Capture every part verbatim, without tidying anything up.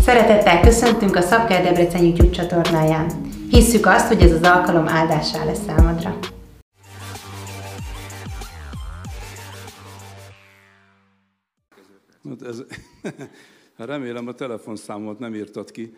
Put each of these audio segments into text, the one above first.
Szeretettel köszöntünk a Szabker Debrecen YouTube csatornáján. Hisszük azt, hogy ez az alkalom áldássá lesz számodra. Ez, remélem a telefonszámot nem írtad ki.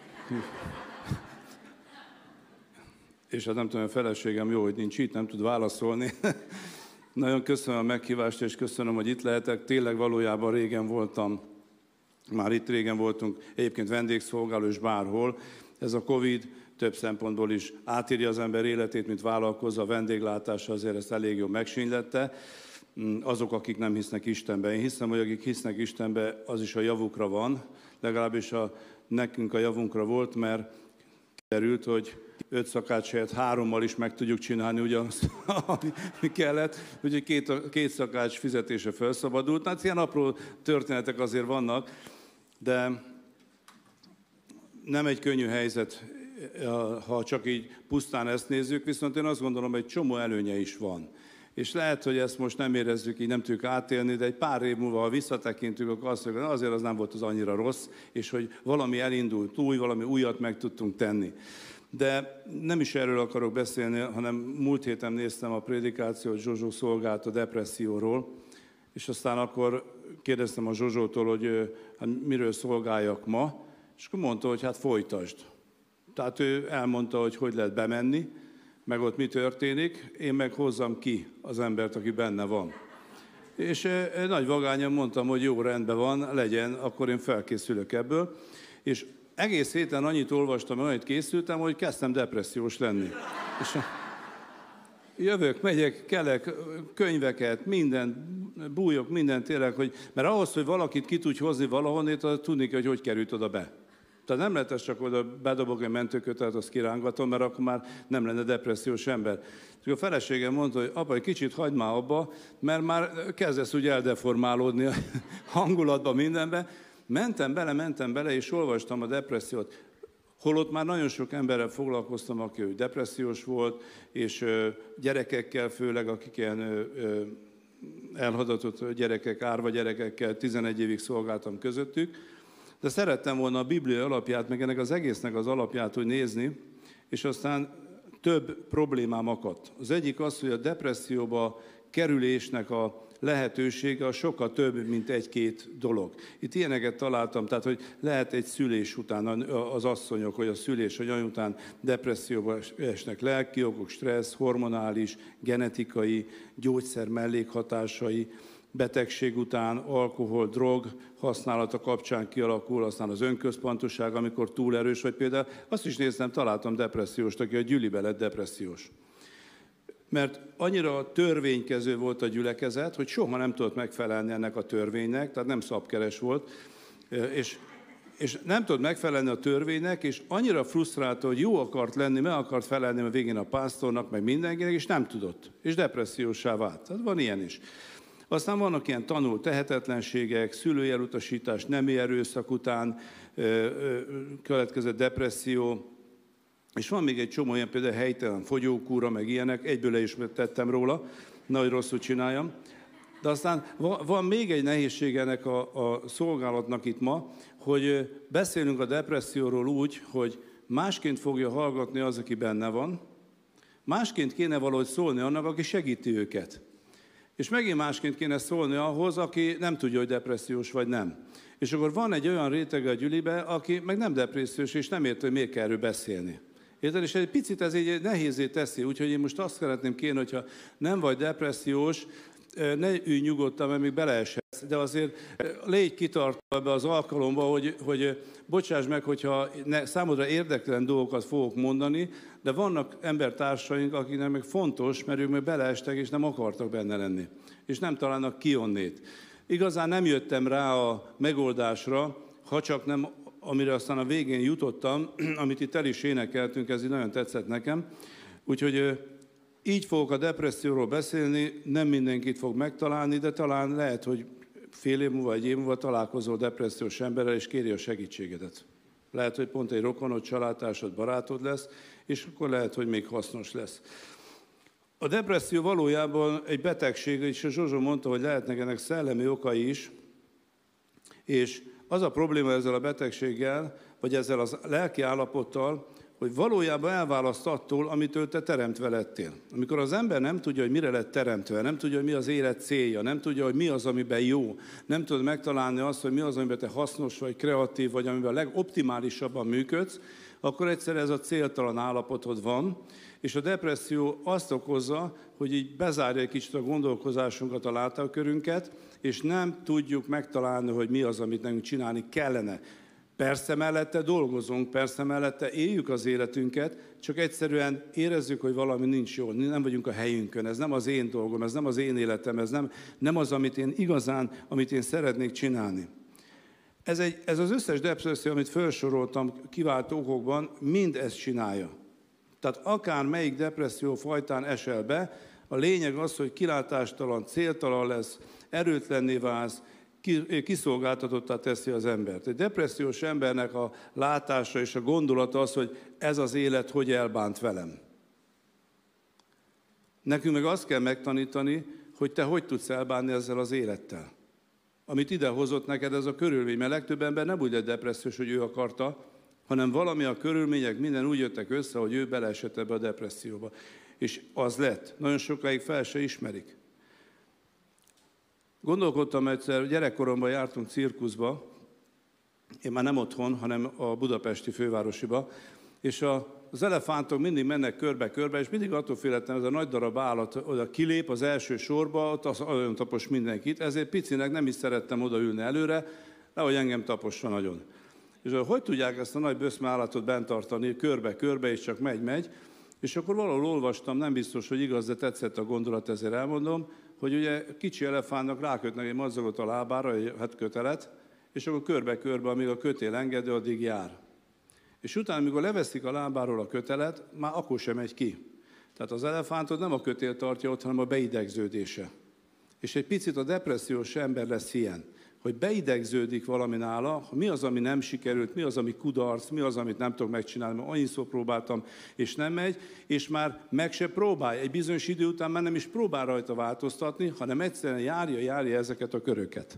És hát nem tudom, a feleségem jó, hogy nincs itt, nem tud válaszolni. Nagyon köszönöm a meghívást, és köszönöm, hogy itt lehetek. Tényleg valójában régen voltam, már itt régen voltunk, egyébként vendégszolgáló és bárhol. Ez a Covid több szempontból is átírja az ember életét, mint vállalkozó, a vendéglátása azért ezt elég jól megsínylette. Azok, akik nem hisznek Istenbe. Én hiszem, hogy akik hisznek Istenbe, az is a javukra van, legalábbis a, nekünk a javunkra volt, mert kiderült, hogy öt szakács helyett hárommal is meg tudjuk csinálni ugyanazt, ami kellett, úgyhogy két, két szakács fizetése felszabadult. Hát ilyen apró történetek azért vannak, de nem egy könnyű helyzet, ha csak így pusztán ezt nézzük, viszont én azt gondolom, hogy egy csomó előnye is van. És lehet, hogy ezt most nem érezzük, így nem tudjuk átélni, de egy pár év múlva, ha visszatekintünk, akkor azt mondjuk, hogy azért az nem volt az annyira rossz, és hogy valami elindult új, valami újat meg tudtunk tenni. De nem is erről akarok beszélni, hanem múlt héten néztem a prédikációt, Zsozsó szolgált a depresszióról, és aztán akkor kérdeztem a Zsozsótól, hogy hát miről szolgáljak ma, és akkor mondta, hogy hát folytasd. Tehát ő elmondta, hogy hogy lehet bemenni, meg ott mi történik, én meg hozzam ki az embert, aki benne van. És nagy vagányan mondtam, hogy jó, rendben van, legyen, akkor én felkészülök ebből. És egész héten annyit olvastam, annyit készültem, hogy kezdtem depressziós lenni. És jövök, megyek, kelek, könyveket, minden, bújok, minden tényleg, hogy, mert ahhoz, hogy valakit ki tudj hozni valahonnét, az tudni kell, hogy hogy került oda be. Tehát nem lehet ezt csak oda bedobok egy mentőkötelet, azt kirángatom, mert akkor már nem lenne depressziós ember. És a feleségem mondta, hogy apa, egy kicsit hagyd már abba, mert már kezdesz úgy eldeformálódni a hangulatba, mindenbe. Mentem bele, mentem bele, és olvastam a depressziót. Holott már nagyon sok emberrel foglalkoztam, aki ő depressziós volt, és gyerekekkel főleg, akik ilyen elhadatott gyerekek, árva gyerekekkel, tizenegy évig szolgáltam közöttük. De szerettem volna a Biblia alapját, meg ennek az egésznek az alapját úgy nézni, és aztán több problémám akadt. Az egyik az, hogy a depresszióba kerülésnek a lehetősége a sokkal több, mint egy-két dolog. Itt ilyeneket találtam, tehát, hogy lehet egy szülés után az asszonyok, hogy a szülés, hogy olyan után depresszióba esnek, lelki okok, stressz, hormonális, genetikai, gyógyszer mellékhatásai, betegség után alkohol, drog használata kapcsán kialakul, aztán az önközpontúság, amikor túl erős vagy például. Azt is néztem, találtam depresszióst, aki a gyülibe lett depressziós. Mert annyira törvénykező volt a gyülekezet, hogy soha nem tudott megfelelni ennek a törvénynek, tehát nem szabkeres volt, és, és nem tudott megfelelni a törvénynek, és annyira frusztrálta, hogy jó akart lenni, meg akart felelni a végén a pásztornak, meg mindenkinek, és nem tudott, és depressziósá vált. Tehát van ilyen is. Aztán vannak ilyen tanult tehetetlenségek, szülői elutasítás, nemi erőszak után ö, ö, következett depresszió, és van még egy csomó ilyen például helytelen fogyókúra, meg ilyenek, egyből le is tettem róla, nagy rosszul csináljam. De aztán van még egy nehézség ennek a, a szolgálatnak itt ma, hogy beszélünk a depresszióról úgy, hogy másként fogja hallgatni az, aki benne van, másként kéne valahogy szólni annak, aki segíti őket. És megint másként kéne szólni ahhoz, aki nem tudja, hogy depressziós vagy nem. És akkor van egy olyan rétege a gyülibe, aki meg nem depressziós, és nem érti, hogy miért kell erről beszélni. Érted? És egy picit ez így nehézé teszi, úgyhogy én most azt szeretném kérni, hogyha nem vagy depressziós, ne ülj nyugodtan, mert még beleeshetsz, de azért légy kitartó ebbe az alkalomba, hogy, hogy bocsáss meg, hogyha ne, számodra érdektelen dolgokat fogok mondani, de vannak embertársaink, akiknek meg fontos, mert ők meg beleestek, és nem akartak benne lenni, és nem találnak ki onnét. Igazán nem jöttem rá a megoldásra, ha csak nem, amire aztán a végén jutottam, amit itt el is énekeltünk, ez így nagyon tetszett nekem, úgyhogy így fogok a depresszióról beszélni, nem mindenkit fog megtalálni, de talán lehet, hogy fél év múlva, egy év múlva találkozol depressziós emberrel, és kéri a segítségedet. Lehet, hogy pont egy rokonod, családtársad, barátod lesz, és akkor lehet, hogy még hasznos lesz. A depresszió valójában egy betegség, és a Zsozsó mondta, hogy lehetnek ennek szellemi okai is, és az a probléma ezzel a betegséggel, vagy ezzel a lelki állapottal, hogy valójában elválaszt attól, amitől te teremtve lettél. Amikor az ember nem tudja, hogy mire lett teremtve, nem tudja, hogy mi az élet célja, nem tudja, hogy mi az, amiben jó, nem tudod megtalálni azt, hogy mi az, amiben te hasznos vagy, kreatív vagy, amiben a legoptimálisabban működsz, akkor egyszer ez a céltalan állapotod van, és a depresszió azt okozza, hogy így bezárja egy kicsit a gondolkozásunkat, a látókörünket, és nem tudjuk megtalálni, hogy mi az, amit nekünk csinálni kellene. Persze mellette dolgozunk, persze mellette éljük az életünket, csak egyszerűen érezzük, hogy valami nincs jól, nem vagyunk a helyünkön, ez nem az én dolgom, ez nem az én életem, ez nem, nem az, amit én igazán, amit én szeretnék csinálni. Ez, egy, ez az összes depresszió, amit felsoroltam kivált okokban, mind ezt csinálja. Tehát akár melyik depresszió fajtán esel be, a lényeg az, hogy kilátástalan, céltalan lesz, erőtlenné válsz, kiszolgáltatottá teszi az embert. Egy depressziós embernek a látása és a gondolata az, hogy ez az élet hogy elbánt velem. Nekünk meg azt kell megtanítani, hogy te hogy tudsz elbánni ezzel az élettel. Amit ide hozott neked ez a körülmény, mert legtöbb ember nem úgy lett depressziós, hogy ő akarta, hanem valami a körülmények minden úgy jöttek össze, hogy ő beleesett ebbe a depresszióba. És az lett. Nagyon sokáig fel se ismerik. Gondolkodtam egyszer, gyerekkoromban jártunk cirkuszba, én már nem otthon, hanem a budapesti fővárosiba, és a, az elefántok mindig mennek körbe-körbe, és mindig attól féltem, ez a nagy darab állat oda kilép az első sorba, ott az olyan tapos mindenkit, ezért picinek nem is szerettem odaülni előre, nehogy engem tapossa nagyon. És hogy tudják ezt a nagy böszme állatot bent tartani, körbe-körbe, és csak megy-megy, és akkor valahol olvastam, nem biztos, hogy igaz, de tetszett a gondolat, ezért elmondom, hogy ugye kicsi elefántnak rákötnek egy mazzagot a lábára, egy hát kötelet, és akkor körbe-körbe, amíg a kötél engedő, addig jár. És utána, amikor leveszik a lábáról a kötelet, már akkor sem megy ki. Tehát az elefántot nem a kötél tartja ott, hanem a beidegződése. És egy picit a depressziós ember lesz ilyen, hogy beidegződik valami nála, mi az, ami nem sikerült, mi az, ami kudarc, mi az, amit nem tudok megcsinálni, mert annyiszor próbáltam, és nem megy, és már meg se próbálja. Egy bizonyos idő után már nem is próbál rajta változtatni, hanem egyszerűen járja, járja ezeket a köröket.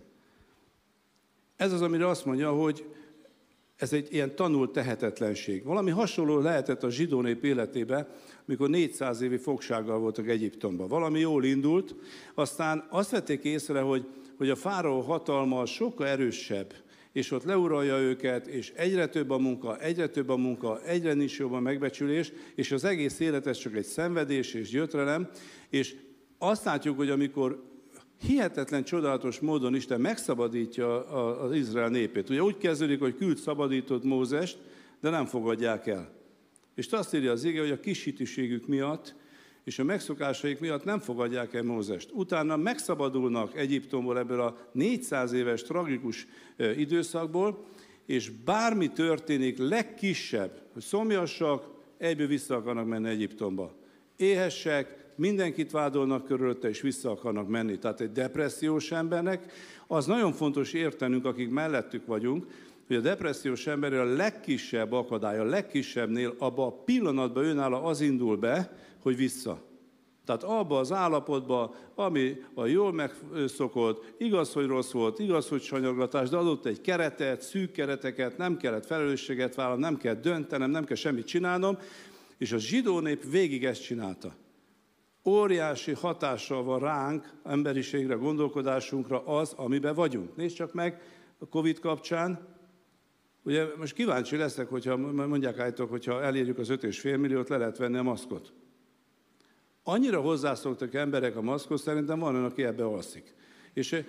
Ez az, amire azt mondja, hogy ez egy ilyen tanult tehetetlenség. Valami hasonló lehetett a zsidó nép életében, mikor négyszáz évi fogsággal voltak Egyiptomban. Valami jól indult, aztán azt vették észre, hogy hogy a fáraó hatalma sokkal erősebb, és ott leuralja őket, és egyre több a munka, egyre több a munka, egyre nincs jobb a megbecsülés, és az egész élet ez csak egy szenvedés és gyötrelem, és azt látjuk, hogy amikor hihetetlen, csodálatos módon Isten megszabadítja az Izrael népét. Ugye úgy kezdődik, hogy küld szabadított Mózest, de nem fogadják el. És azt írja az ige, hogy a kis hitűségük miatt és a megszokásaik miatt nem fogadják el Mózest. Utána megszabadulnak Egyiptomból ebből a négyszáz éves tragikus időszakból, és bármi történik, legkisebb, hogy szomjassak, egyből vissza akarnak menni Egyiptomba. Éhessek, mindenkit vádolnak körülötte, és vissza akarnak menni. Tehát egy depressziós embernek az nagyon fontos értenünk, akik mellettük vagyunk, hogy a depressziós ember a legkisebb akadály, a legkisebbnél abban a pillanatban őnála az indul be, hogy vissza. Tehát abba az állapotban, ami a jól megszokott, igaz, hogy rossz volt, igaz, hogy sanyargatás, de adott egy keretet, szűk kereteket, nem kellett felelősséget vállalnom, nem kell döntenem, nem kell semmit csinálnom, és a zsidó nép végig ezt csinálta. Óriási hatással van ránk, emberiségre, gondolkodásunkra az, amiben vagyunk. Nézd csak meg a Covid kapcsán. Ugye most kíváncsi leszek, hogyha mondják állítok, hogyha elérjük az öt és fél milliót, le lehet venni a maszkot. Annyira hozzászoktak emberek a maszkhoz, szerintem van olyan, aki ebbe alszik. És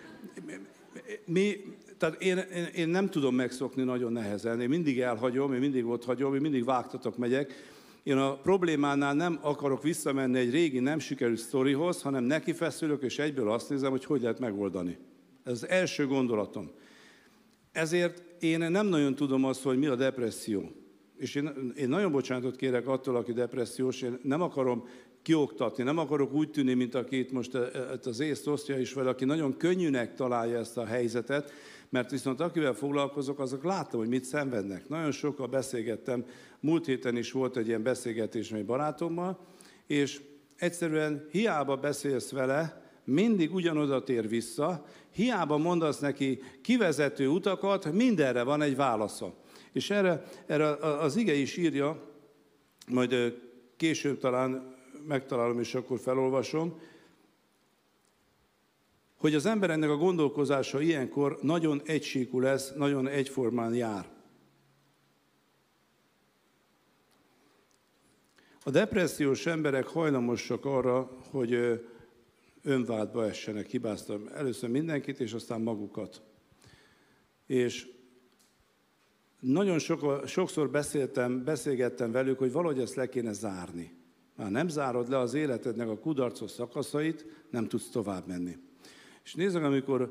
mi, tehát én, én, én nem tudom megszokni nagyon nehezen. Én mindig elhagyom, én mindig ott hagyom, én mindig vágtatok megyek. Én a problémánál nem akarok visszamenni egy régi, nem sikerült sztorihoz, hanem nekifeszülök, és egyből azt nézem, hogy hogy lehet megoldani. Ez az első gondolatom. Ezért én nem nagyon tudom azt, hogy mi a depresszió. És én, én nagyon bocsánatot kérek attól, aki depressziós, én nem akarom kioktatni, nem akarok úgy tűnni, mint aki itt most az észt osztja is, vagy aki nagyon könnyűnek találja ezt a helyzetet, mert viszont akivel foglalkozok, azok látom, hogy mit szenvednek. Nagyon sokkal beszélgettem, múlt héten is volt egy ilyen beszélgetés egy barátommal, és egyszerűen hiába beszélsz vele, mindig ugyanoda tér vissza, hiába mondasz neki kivezető utakat, mindenre van egy válasza. És erre, erre az ige is írja, majd később talán megtalálom, és akkor felolvasom, hogy az ember ennek a gondolkozása ilyenkor nagyon egysíkú lesz, nagyon egyformán jár. A depressziós emberek hajlamosak arra, hogy önvádba essenek, hibáztam először mindenkit, és aztán magukat. És nagyon sok, sokszor beszéltem, beszélgettem velük, hogy valahogy ezt le kéne zárni. Már nem zárod le az életednek a kudarcos szakaszait, nem tudsz tovább menni. És nézzük, amikor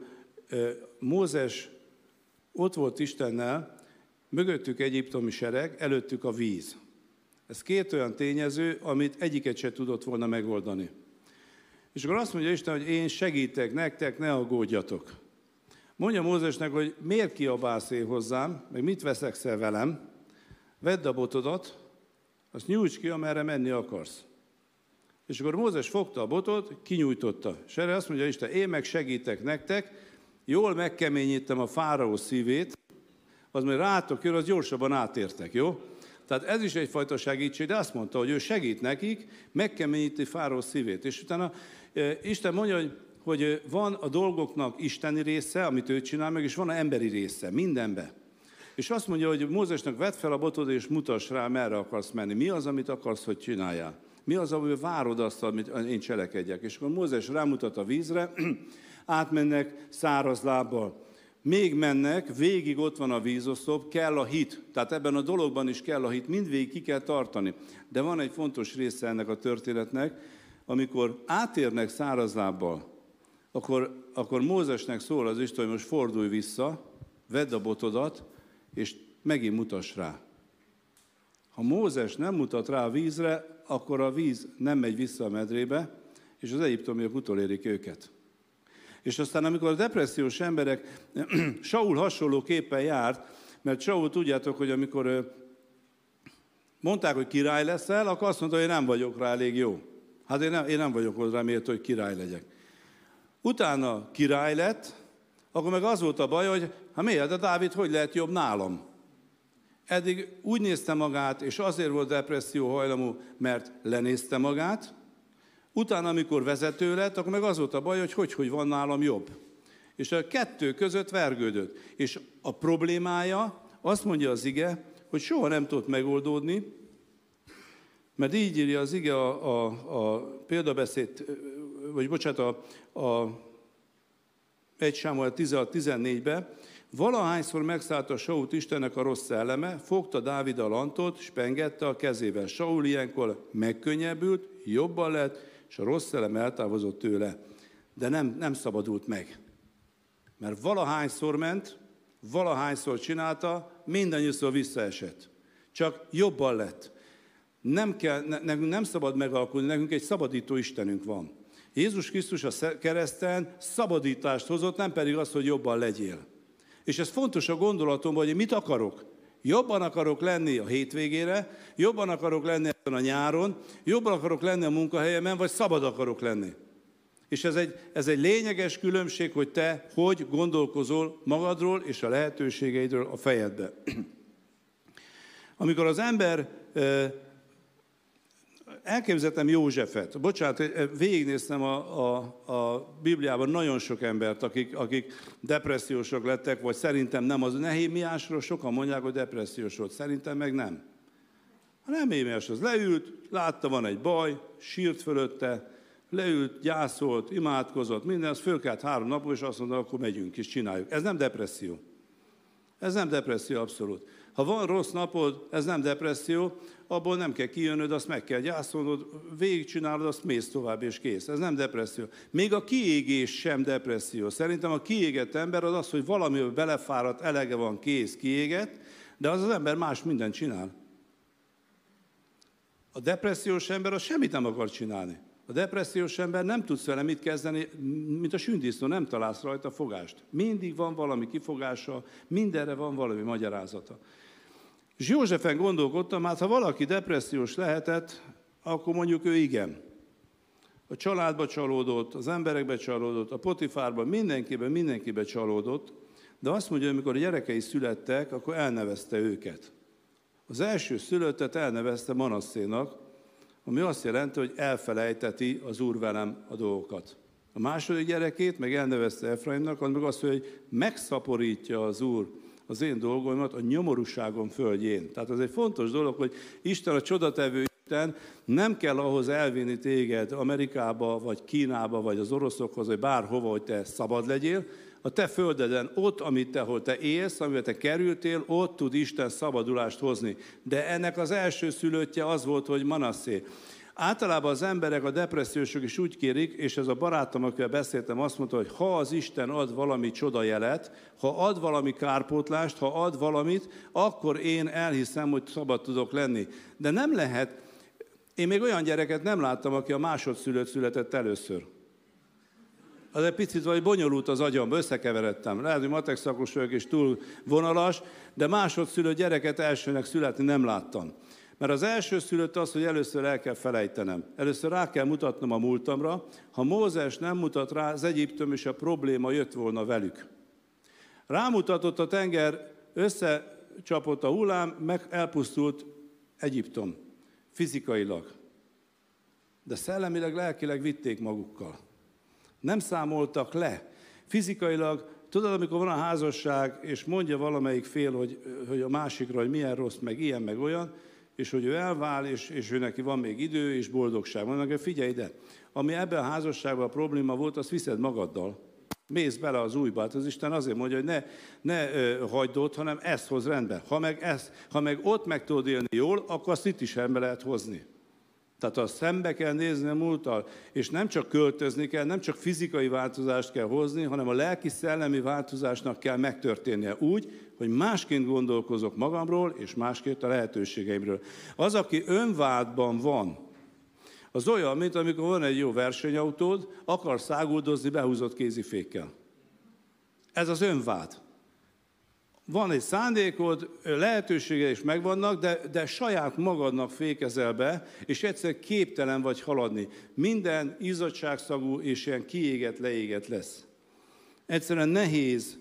Mózes ott volt Istennel, mögöttük egyiptomi sereg, előttük a víz. Ez két olyan tényező, amit egyiket se tudott volna megoldani. És akkor azt mondja Isten, hogy én segítek nektek, ne aggódjatok. Mondja Mózesnek, hogy miért kiabálsz én hozzám, meg mit veszekszel velem, vedd a botodat, azt nyújts ki, amerre menni akarsz. És akkor Mózes fogta a botot, kinyújtotta. És erre azt mondja Isten, én meg segítek nektek, jól megkeményítem a fáraó szívét, az majd rátok jön, az gyorsabban átértek, jó? Tehát ez is egyfajta segítség, de azt mondta, hogy ő segít nekik, megkeményíti fáraó szívét. És utána e, Isten mondja, hogy, hogy van a dolgoknak isteni része, amit ő csinál meg, és van az emberi része, mindenbe. És azt mondja, hogy Mózesnek vedd fel a botod, és mutass rá, merre akarsz menni. Mi az, amit akarsz, hogy csináljál? Mi az, amivel várod azt, amit én cselekedjek? És akkor Mózes rámutat a vízre, átmennek száraz lábbal. Még mennek, végig ott van a vízoszlop, kell a hit. Tehát ebben a dologban is kell a hit, mindvégig ki kell tartani. De van egy fontos része ennek a történetnek, amikor átérnek száraz lábbal, akkor, akkor Mózesnek szól az Isten, hogy most fordulj vissza, vedd a botodat, és megint mutass rá. Ha Mózes nem mutat rá a vízre, akkor a víz nem megy vissza a medrébe, és az egyiptomiak utolérik őket. És aztán, amikor a depressziós emberek, Saul hasonlóképpen járt, mert Saul tudjátok, hogy amikor mondták, hogy király leszel, akkor azt mondta, hogy nem vagyok rá elég jó. Hát én nem, én nem vagyok hozzá méltó, hogy király legyek. Utána király lett, akkor meg az volt a baj, hogy hát miért, de Dávid hogy lehet jobb nálam? Eddig úgy nézte magát, és azért volt depresszió hajlamú, mert lenézte magát. Utána, amikor vezető lett, akkor meg az volt a baj, hogy hogy, hogy van nálam jobb. És a kettő között vergődött. És a problémája, azt mondja az ige, hogy soha nem tudott megoldódni, mert így írja az ige a, a, a példabeszéd, vagy bocsánat, a, a egy Sámuel tizenhat tizennégybe, valahányszor megszállta Sault Istennek a rossz szelleme, fogta Dávid a lantot, s pengette a kezével. Saul ilyenkor megkönnyebbült, jobban lett, és a rossz szellem eltávozott tőle. De nem, nem szabadult meg. Mert valahányszor ment, valahányszor csinálta, mindannyiszor visszaesett. Csak jobban lett. Nem kell, nekünk nem szabad megalkulni, nekünk egy szabadító Istenünk van. Jézus Krisztus a kereszten szabadítást hozott, nem pedig az, hogy jobban legyél. És ez fontos a gondolatomban, hogy mit akarok. Jobban akarok lenni a hétvégére, jobban akarok lenni ezen a nyáron, jobban akarok lenni a munkahelyemen, vagy szabad akarok lenni. És ez egy, ez egy lényeges különbség, hogy te hogy gondolkozol magadról és a lehetőségeidről a fejedbe. Amikor az ember... Elképzeltem Józsefet. Bocsánat, végignéztem a, a, a Bibliában nagyon sok embert, akik, akik depressziósok lettek, vagy szerintem nem. Az Nehémiásról sokan mondják, hogy depressziós volt. Szerintem meg nem. A Nehémiás az leült, látta, van egy baj, sírt fölötte, leült, gyászolt, imádkozott, minden, az fölkelt három napon, és azt mondta, akkor megyünk és csináljuk. Ez nem depresszió. Ez nem depresszió abszolút. Ha van rossz napod, ez nem depresszió, abból nem kell kijönnöd, azt meg kell gyászolnod, végigcsinálod, azt mész tovább, és kész. Ez nem depresszió. Még a kiégés sem depresszió. Szerintem a kiégett ember az az, hogy valamivel belefáradt, elege van, kész, kiégett, de az az ember más mindent csinál. A depressziós ember az semmit nem akar csinálni. A depressziós ember nem tudsz vele mit kezdeni, mint a sündisznó, nem találsz rajta fogást. Mindig van valami kifogása, mindenre van valami magyarázata. És Józsefen gondolkodtam, hát ha valaki depressziós lehetett, akkor mondjuk ő igen. A családba csalódott, az emberekbe csalódott, a Potifárban, mindenkiben, mindenkibe csalódott, de azt mondja, hogy amikor a gyerekei születtek, akkor elnevezte őket. Az első szülöttet elnevezte Manasszénak, ami azt jelenti, hogy elfelejteti az Úr velem a dolgokat. A második gyerekét meg elnevezte Efraimnak, az meg azt mondja, hogy megszaporítja az Úr az én dolgoimat a nyomorúságom földjén. Tehát ez egy fontos dolog, hogy Isten a csodatevő Isten, nem kell ahhoz elvinni téged Amerikába, vagy Kínába, vagy az oroszokhoz, vagy bárhova, hogy te szabad legyél. A te földeden, ott, amit te, ahol te élsz, amivel te kerültél, ott tud Isten szabadulást hozni. De ennek az első szülöttje az volt, hogy Manasszé. Általában az emberek, a depressziósok is úgy kérik, és ez a barátom, akivel beszéltem, azt mondta, hogy ha az Isten ad valami csodajelet, ha ad valami kárpótlást, ha ad valamit, akkor én elhiszem, hogy szabad tudok lenni. De nem lehet, én még olyan gyereket nem láttam, aki a másodszülött született először. Az egy picit vagy bonyolult az agyamba, összekeveredtem. Lehet, hogy matek szakos vagyok és túl vonalas, de másodszülött gyereket elsőnek születni nem láttam. Mert az első szülött az, hogy először el kell felejtenem. Először rá kell mutatnom a múltamra. Ha Mózes nem mutat rá, az Egyiptom és a probléma jött volna velük. Rámutatott a tenger, összecsapott a hullám, meg elpusztult Egyiptom. Fizikailag. De szellemileg, lelkileg vitték magukkal. Nem számoltak le. Fizikailag, tudod, amikor van a házasság, és mondja valamelyik fél, hogy, hogy a másikra, hogy milyen rossz, meg ilyen, meg olyan, és hogy ő elvál, és, és ő neki van még idő, és boldogság. Mondjuk, hogy figyelj ide, ami ebben a házasságban a probléma volt, azt viszed magaddal. Mész bele az újba. Hát az Isten azért mondja, hogy ne, ne ö, hagyd ott, hanem ezt hoz rendbe. Ha meg, ezt, ha meg ott meg tudod élni jól, akkor azt itt is rendbe lehet hozni. Tehát azt szembe kell nézni a múlttal, és nem csak költözni kell, nem csak fizikai változást kell hozni, hanem a lelki-szellemi változásnak kell megtörténnie úgy, hogy másként gondolkozok magamról, és másként a lehetőségeimről. Az, aki önvádban van, az olyan, mint amikor van egy jó versenyautód, akar száguldozni behúzott kézifékkel. Ez az önvád. Van egy szándékod, lehetősége is megvannak, de, de saját magadnak fékezel be, és egyszer képtelen vagy haladni. Minden izzadságszagú és ilyen kiégett, leégett lesz. Egyszerűen nehéz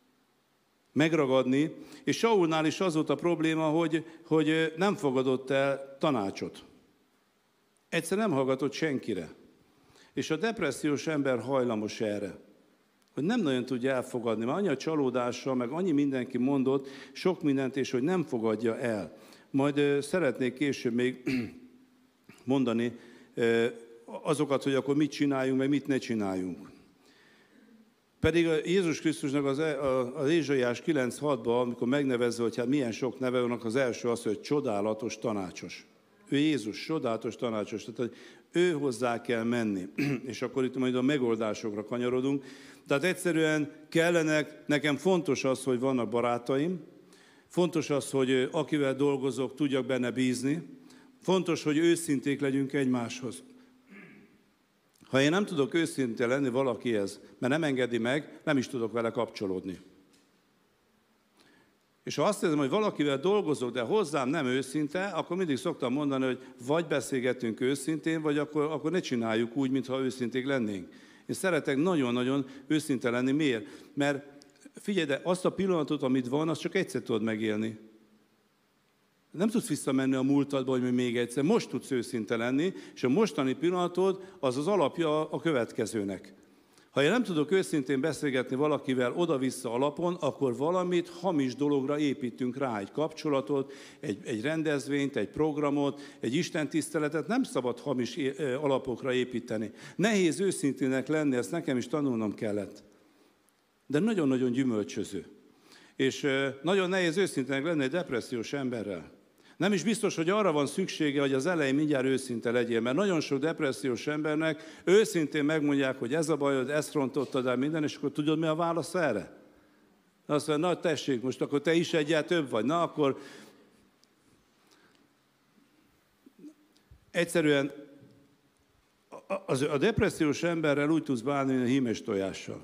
megragadni, és Saulnál is az volt a probléma, hogy, hogy nem fogadott el tanácsot. Egyszer nem hallgatott senkire. És a depressziós ember hajlamos erre, hogy nem nagyon tudja elfogadni, mert annyi a csalódással, meg annyi mindenki mondott, sok mindent, és hogy nem fogadja el. Majd uh, szeretnék később még mondani uh, azokat, hogy akkor mit csináljunk, meg mit ne csináljunk. Pedig a Jézus Krisztusnak az, az Ézsaiás kilenc hatban, amikor megnevezze, hogy hát milyen sok neve vannak, az első az, hogy csodálatos tanácsos. Ő Jézus, csodálatos tanácsos, tehát hogy ő hozzá kell menni. És akkor itt majd a megoldásokra kanyarodunk. Tehát egyszerűen kellenek, nekem fontos az, hogy vannak barátaim, fontos az, hogy akivel dolgozok, tudjak benne bízni, fontos, hogy őszinték legyünk egymáshoz. Ha én nem tudok őszinte lenni valakihez, mert nem engedi meg, nem is tudok vele kapcsolódni. És ha azt érzem, hogy valakivel dolgozok, de hozzám nem őszinte, akkor mindig szoktam mondani, hogy vagy beszélgetünk őszintén, vagy akkor, akkor ne csináljuk úgy, mintha őszinték lennénk. Én szeretek nagyon-nagyon őszinte lenni. Miért? Mert figyelj, de azt a pillanatot, amit van, azt csak egyszer tudod megélni. Nem tudsz visszamenni a múltadba, hogy még egyszer. Most tudsz őszinte lenni, és a mostani pillanatod az az alapja a következőnek. Ha én nem tudok őszintén beszélgetni valakivel oda-vissza alapon, akkor valamit hamis dologra építünk rá. Egy kapcsolatot, egy, egy rendezvényt, egy programot, egy istentiszteletet nem szabad hamis alapokra építeni. Nehéz őszintének lenni, ezt nekem is tanulnom kellett. De nagyon-nagyon gyümölcsöző. És nagyon nehéz őszintének lenni egy depressziós emberrel. Nem is biztos, hogy arra van szüksége, hogy az elején mindjárt őszinte legyél, mert nagyon sok depressziós embernek őszintén megmondják, hogy ez a bajod, ezt rontottad el minden, és akkor tudod, mi a válasz erre? Azt mondja, na tessék, most akkor te is egyel több vagy. Na akkor egyszerűen a depressziós emberrel úgy tudsz bánni, mint a hímes tojással.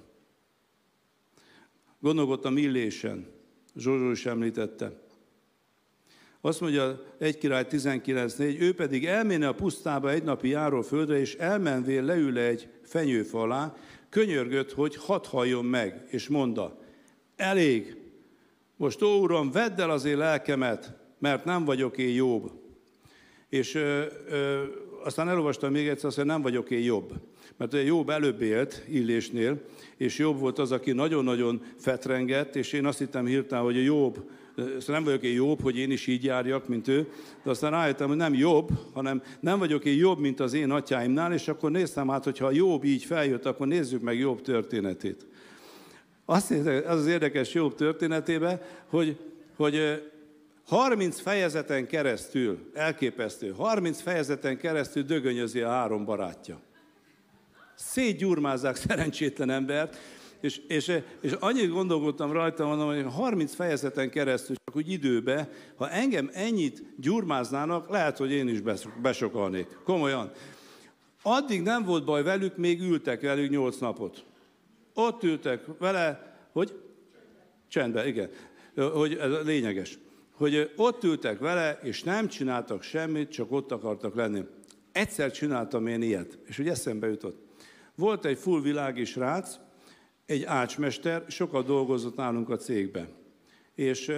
Gondolkodtam Illésen, Zsózsó is említette. Azt mondja egy Király tizenkilenc négy, ő pedig elméne a pusztába egy napi járó földre, és elmenvén leül egy fenyőfa alá, könyörgött, hogy hadd halljon meg, és mondta, elég, most ó Uram, vedd el az én lelkemet, mert nem vagyok én jobb. És ö, ö, aztán elolvastam még egyszer, azt, hogy nem vagyok én jobb. Mert Jobb előbb élt Illésnél, és Jobb volt az, aki nagyon-nagyon fetrengett, és én azt hittem hirtelen, hogy a Jobb, szóval nem vagyok én jobb, hogy én is így járjak, mint ő, de aztán rájöttem, hogy nem jobb, hanem nem vagyok én jobb, mint az én atyáimnál, és akkor néztem át, hogy ha Jobb így feljött, akkor nézzük meg Jobb történetét. Azt az az érdekes Jobb történetében, hogy, hogy harminc fejezeten keresztül, elképesztő, harminc fejezeten keresztül dögönyözi a három barátja. Szétgyurmázzák szerencsétlen embert, és, és, és annyit gondolkodtam rajta, mondom, hogy harminc fejezeten keresztül, csak úgy időbe, ha engem ennyit gyurmáznának, lehet, hogy én is besokalnék. Komolyan. Addig nem volt baj velük, még ültek velük nyolc napot. Ott ültek vele, hogy? Csendben, igen. Hogy ez lényeges. Hogy ott ültek vele, és nem csináltak semmit, csak ott akartak lenni. Egyszer csináltam én ilyet, és úgy eszembe jutott. Volt egy full világi srác, egy ácsmester, sokat dolgozott nálunk a cégbe. És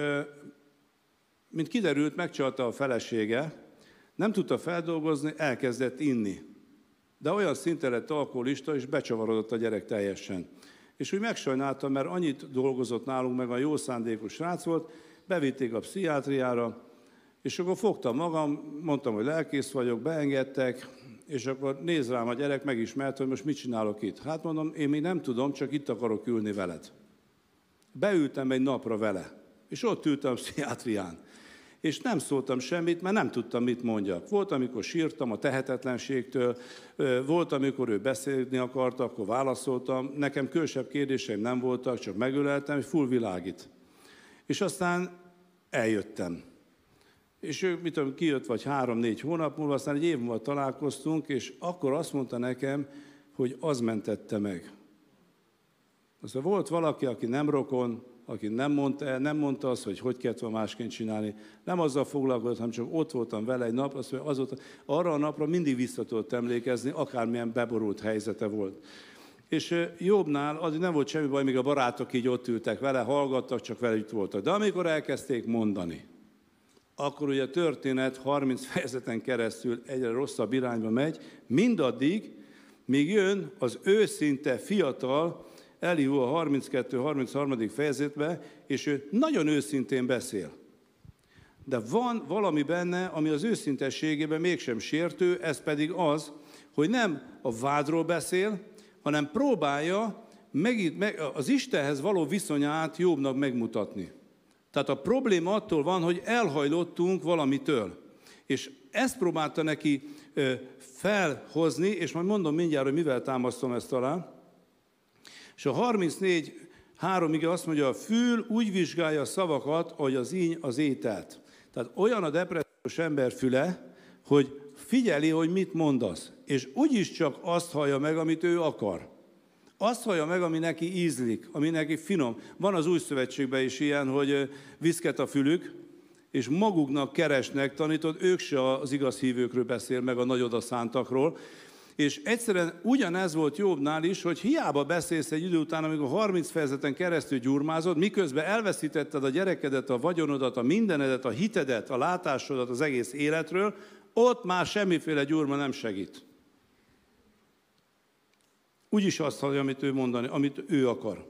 mint kiderült, megcsalta a felesége, nem tudta feldolgozni, elkezdett inni. De olyan szinten lett alkoholista, és becsavarodott a gyerek teljesen. És úgy megsajnáltam, mert annyit dolgozott nálunk, meg a jó szándékos srác volt, bevitték a pszichiátriára, és akkor fogtam magam, mondtam, hogy lelkész vagyok, beengedtek, és akkor néz rám a gyerek, megismert, hogy most mit csinálok itt. Hát mondom, én még nem tudom, csak itt akarok ülni veled. Beültem egy napra vele, és ott ültem a pszichiátrián. És nem szóltam semmit, mert nem tudtam, mit mondjak. Volt, amikor sírtam a tehetetlenségtől, volt, amikor ő beszélni akart, akkor válaszoltam. Nekem külsőbb kérdéseim nem voltak, csak megöleltem, és full világít. És aztán eljöttem. És ő, mit tudom, kijött vagy három-négy hónap múlva, aztán egy év múlva találkoztunk, és akkor azt mondta nekem, hogy az mentette meg. Aztán volt valaki, aki nem rokon, aki nem mondta, nem mondta azt, hogy hogy kellett volna másként csinálni. Nem azzal foglalkozott, hanem csak ott voltam vele egy nap, azt mondja, azóta, arra a napra mindig vissza tudott emlékezni, akármilyen beborult helyzete volt. És Jobbnál az nem volt semmi baj, míg a barátok így ott ültek vele, hallgattak, csak vele itt voltak. De amikor elkezdték mondani, akkor ugye a történet harminc fejezeten keresztül egyre rosszabb irányba megy, mindaddig, míg jön az őszinte fiatal Elihu a harminckettő harminchárom. fejezetbe, és ő nagyon őszintén beszél. De van valami benne, ami az őszintességében mégsem sértő, ez pedig az, hogy nem a vádról beszél, hanem próbálja meg, meg, az Istenhez való viszonyát Jobbnak megmutatni. Tehát a probléma attól van, hogy elhajlottunk valamitől. És ezt próbálta neki ö, felhozni, és majd mondom mindjárt, hogy mivel támasztom ezt alá. És a harmincnégy három azt mondja, a fül úgy vizsgálja a szavakat, ahogy az íny az ételt. Tehát olyan a depressziós ember füle, hogy figyeli, hogy mit mondasz. És úgyis csak azt hallja meg, amit ő akar. Azt hallja meg, ami neki ízlik, ami neki finom. Van az Új Szövetségben is ilyen, hogy viszket a fülük, és maguknak keresnek, tanítod, ők se az igaz hívőkről beszél, meg a nagy odaszántakról. És egyszerűen ugyanez volt Jobbnál is, hogy hiába beszélsz egy idő után, amikor harminc fejezeten keresztül gyurmázod, miközben elveszítetted a gyerekedet, a vagyonodat, a mindenedet, a hitedet, a látásodat az egész életről, ott már semmiféle gyurma nem segít. Úgyis azt hallja, amit ő mondani, amit ő akar.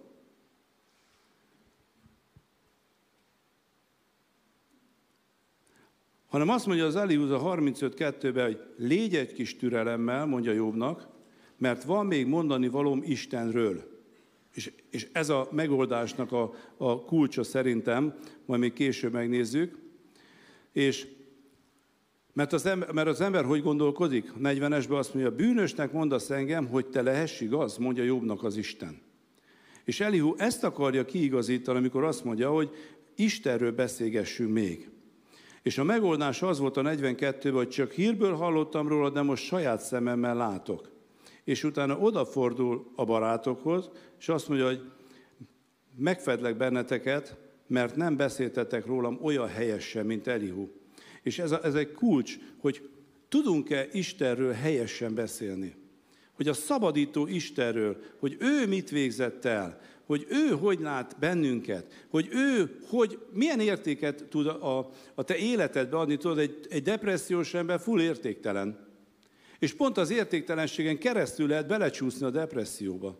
Hanem azt mondja az Elihu a harmincöt kettőben, hogy légy egy kis türelemmel, mondja Jobbnak, mert van még mondani valóm Istenről. És, és ez a megoldásnak a, a kulcsa szerintem, majd még később megnézzük. És mert az, ember, mert az ember hogy gondolkodik? A negyvenesben azt mondja, bűnösnek mondasz engem, hogy te lehess igaz, mondja Jobbnak az Isten. És Elihu ezt akarja kiigazítani, amikor azt mondja, hogy Istenről beszélgessünk még. És a megoldás az volt a negyvenkettőben, hogy csak hírből hallottam róla, de most saját szememmel látok. És utána odafordul a barátokhoz, és azt mondja, hogy megfedlek benneteket, mert nem beszéltetek rólam olyan helyesen, mint Elihu. És ez, a, ez egy kulcs, hogy tudunk-e Istenről helyesen beszélni. Hogy a szabadító Istenről, hogy ő mit végzett el, hogy ő hogy lát bennünket, hogy ő hogy, milyen értéket tud a, a te életedbe adni. Tudod, egy, egy depressziós ember full értéktelen. És pont az értéktelenségen keresztül lehet belecsúszni a depresszióba.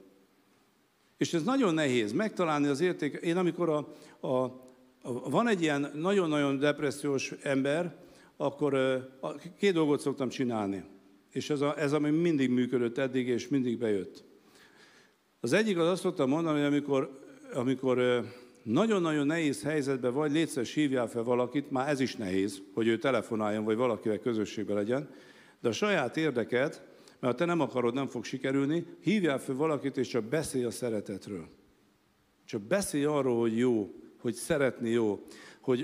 És ez nagyon nehéz megtalálni az érték. Én amikor a, a, a, van egy ilyen nagyon-nagyon depressziós ember, akkor a, két dolgot szoktam csinálni. És ez, a, ez ami mindig működött eddig, és mindig bejött. Az egyik az azt szoktam mondani, hogy amikor, amikor nagyon-nagyon nehéz helyzetben vagy, létszer hívjál fel valakit, már ez is nehéz, hogy ő telefonáljon, vagy valakivel közösségben legyen, de a saját érdeket, mert ha te nem akarod, nem fog sikerülni, hívjál fel valakit, és csak beszélj a szeretetről. Csak beszélj arról, hogy jó, hogy szeretni jó, hogy,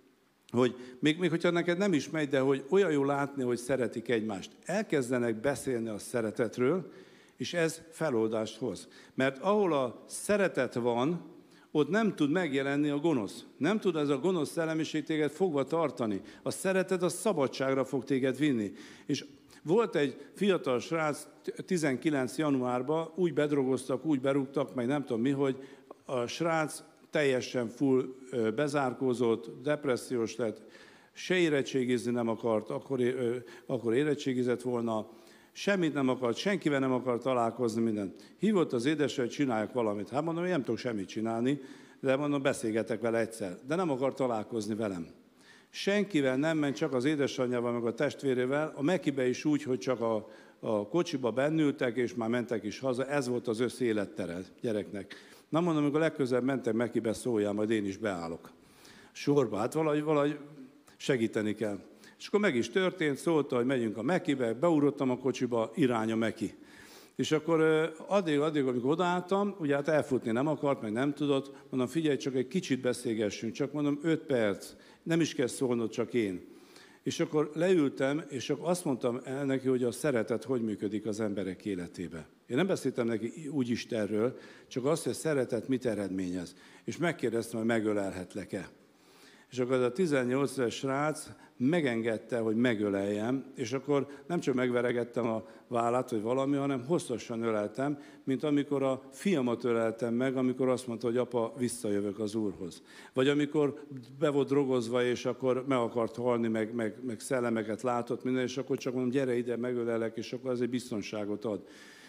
hogy még, még hogyha neked nem is megy, de hogy olyan jó látni, hogy szeretik egymást. Elkezdenek beszélni a szeretetről, és ez feloldást hoz. Mert ahol a szeretet van, ott nem tud megjelenni a gonosz. Nem tud ez a gonosz szellemiség téged fogva tartani. A szeretet a szabadságra fog téged vinni. És volt egy fiatal srác, tizenkilenc januárban, úgy bedrogoztak, úgy berúgtak, meg nem tudom mi, hogy a srác teljesen full bezárkózott, depressziós lett, se érettségizni nem akart, akkor, akkor érettségizett volna, semmit nem akart, senkivel nem akart találkozni, mindent. Hívott az édesre, hogy csinálják valamit. Hát mondom, én nem tudok semmit csinálni, de mondom, beszélgetek vele egyszer. De nem akar találkozni velem. Senkivel nem ment, csak az édesanyjával, meg a testvérével, a Mekibe is úgy, hogy csak a, a kocsiba bennültek, és már mentek is haza. Ez volt az össz élettere gyereknek. Na mondom, amikor legközelebb mentek Mekibe, szóljál, majd én is beállok. Sorba, hát valahogy, valahogy segíteni kell. És akkor meg is történt, szólta, hogy megyünk a Mekibe, beugrottam a kocsiba, irány a Meki. És akkor addig, addig, amikor odaálltam, ugye hát elfutni nem akart, meg nem tudott, mondom, figyelj, csak egy kicsit beszélgessünk, csak mondom, öt perc, nem is kell szólnod, csak én. És akkor leültem, és akkor azt mondtam el neki, hogy a szeretet hogy működik az emberek életébe. Én nem beszéltem neki úgy Istenről, csak azt, hogy a szeretet mit eredményez. És megkérdeztem, hogy megölelhetlek-e. És akkor ez a tizennyolc éves srác megengedte, hogy megöleljem, és akkor nem csak megveregettem a vállát, vagy valami, hanem hosszasan öleltem, mint amikor a fiamat öleltem meg, amikor azt mondta, hogy apa, visszajövök az Úrhoz. Vagy amikor be volt drogozva, és akkor meg akart halni, meg, meg, meg szellemeket látott, minden, és akkor csak mondom, gyere ide, megölelek, és akkor ez egy biztonságot ad.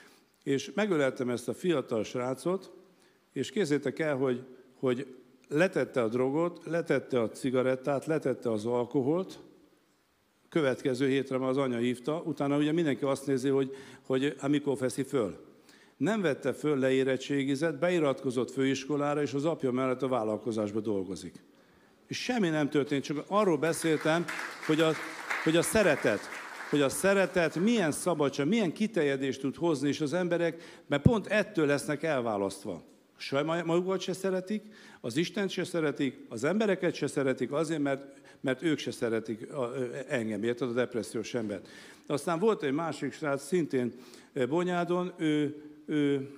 És megöleltem ezt a fiatal srácot, és képzeljétek el, hogy, hogy letette a drogot, letette a cigarettát, letette az alkoholt, következő hétre már az anya hívta, utána ugye mindenki azt nézi, hogy, hogy amikor veszi föl. Nem vette föl, leérettségizett, beiratkozott főiskolára, és az apja mellett a vállalkozásban dolgozik. És semmi nem történt, csak arról beszéltem, hogy a, hogy a szeretet, hogy a szeretet milyen szabadság, milyen kiterjedést tud hozni, és az emberek, mert pont ettől lesznek elválasztva. Saját magukat se szeretik, az Istent se szeretik, az embereket se szeretik, azért, mert, mert ők se szeretik engem, érted, a depressziós embert. Aztán volt egy másik srác, szintén Bonyádon, ő, ő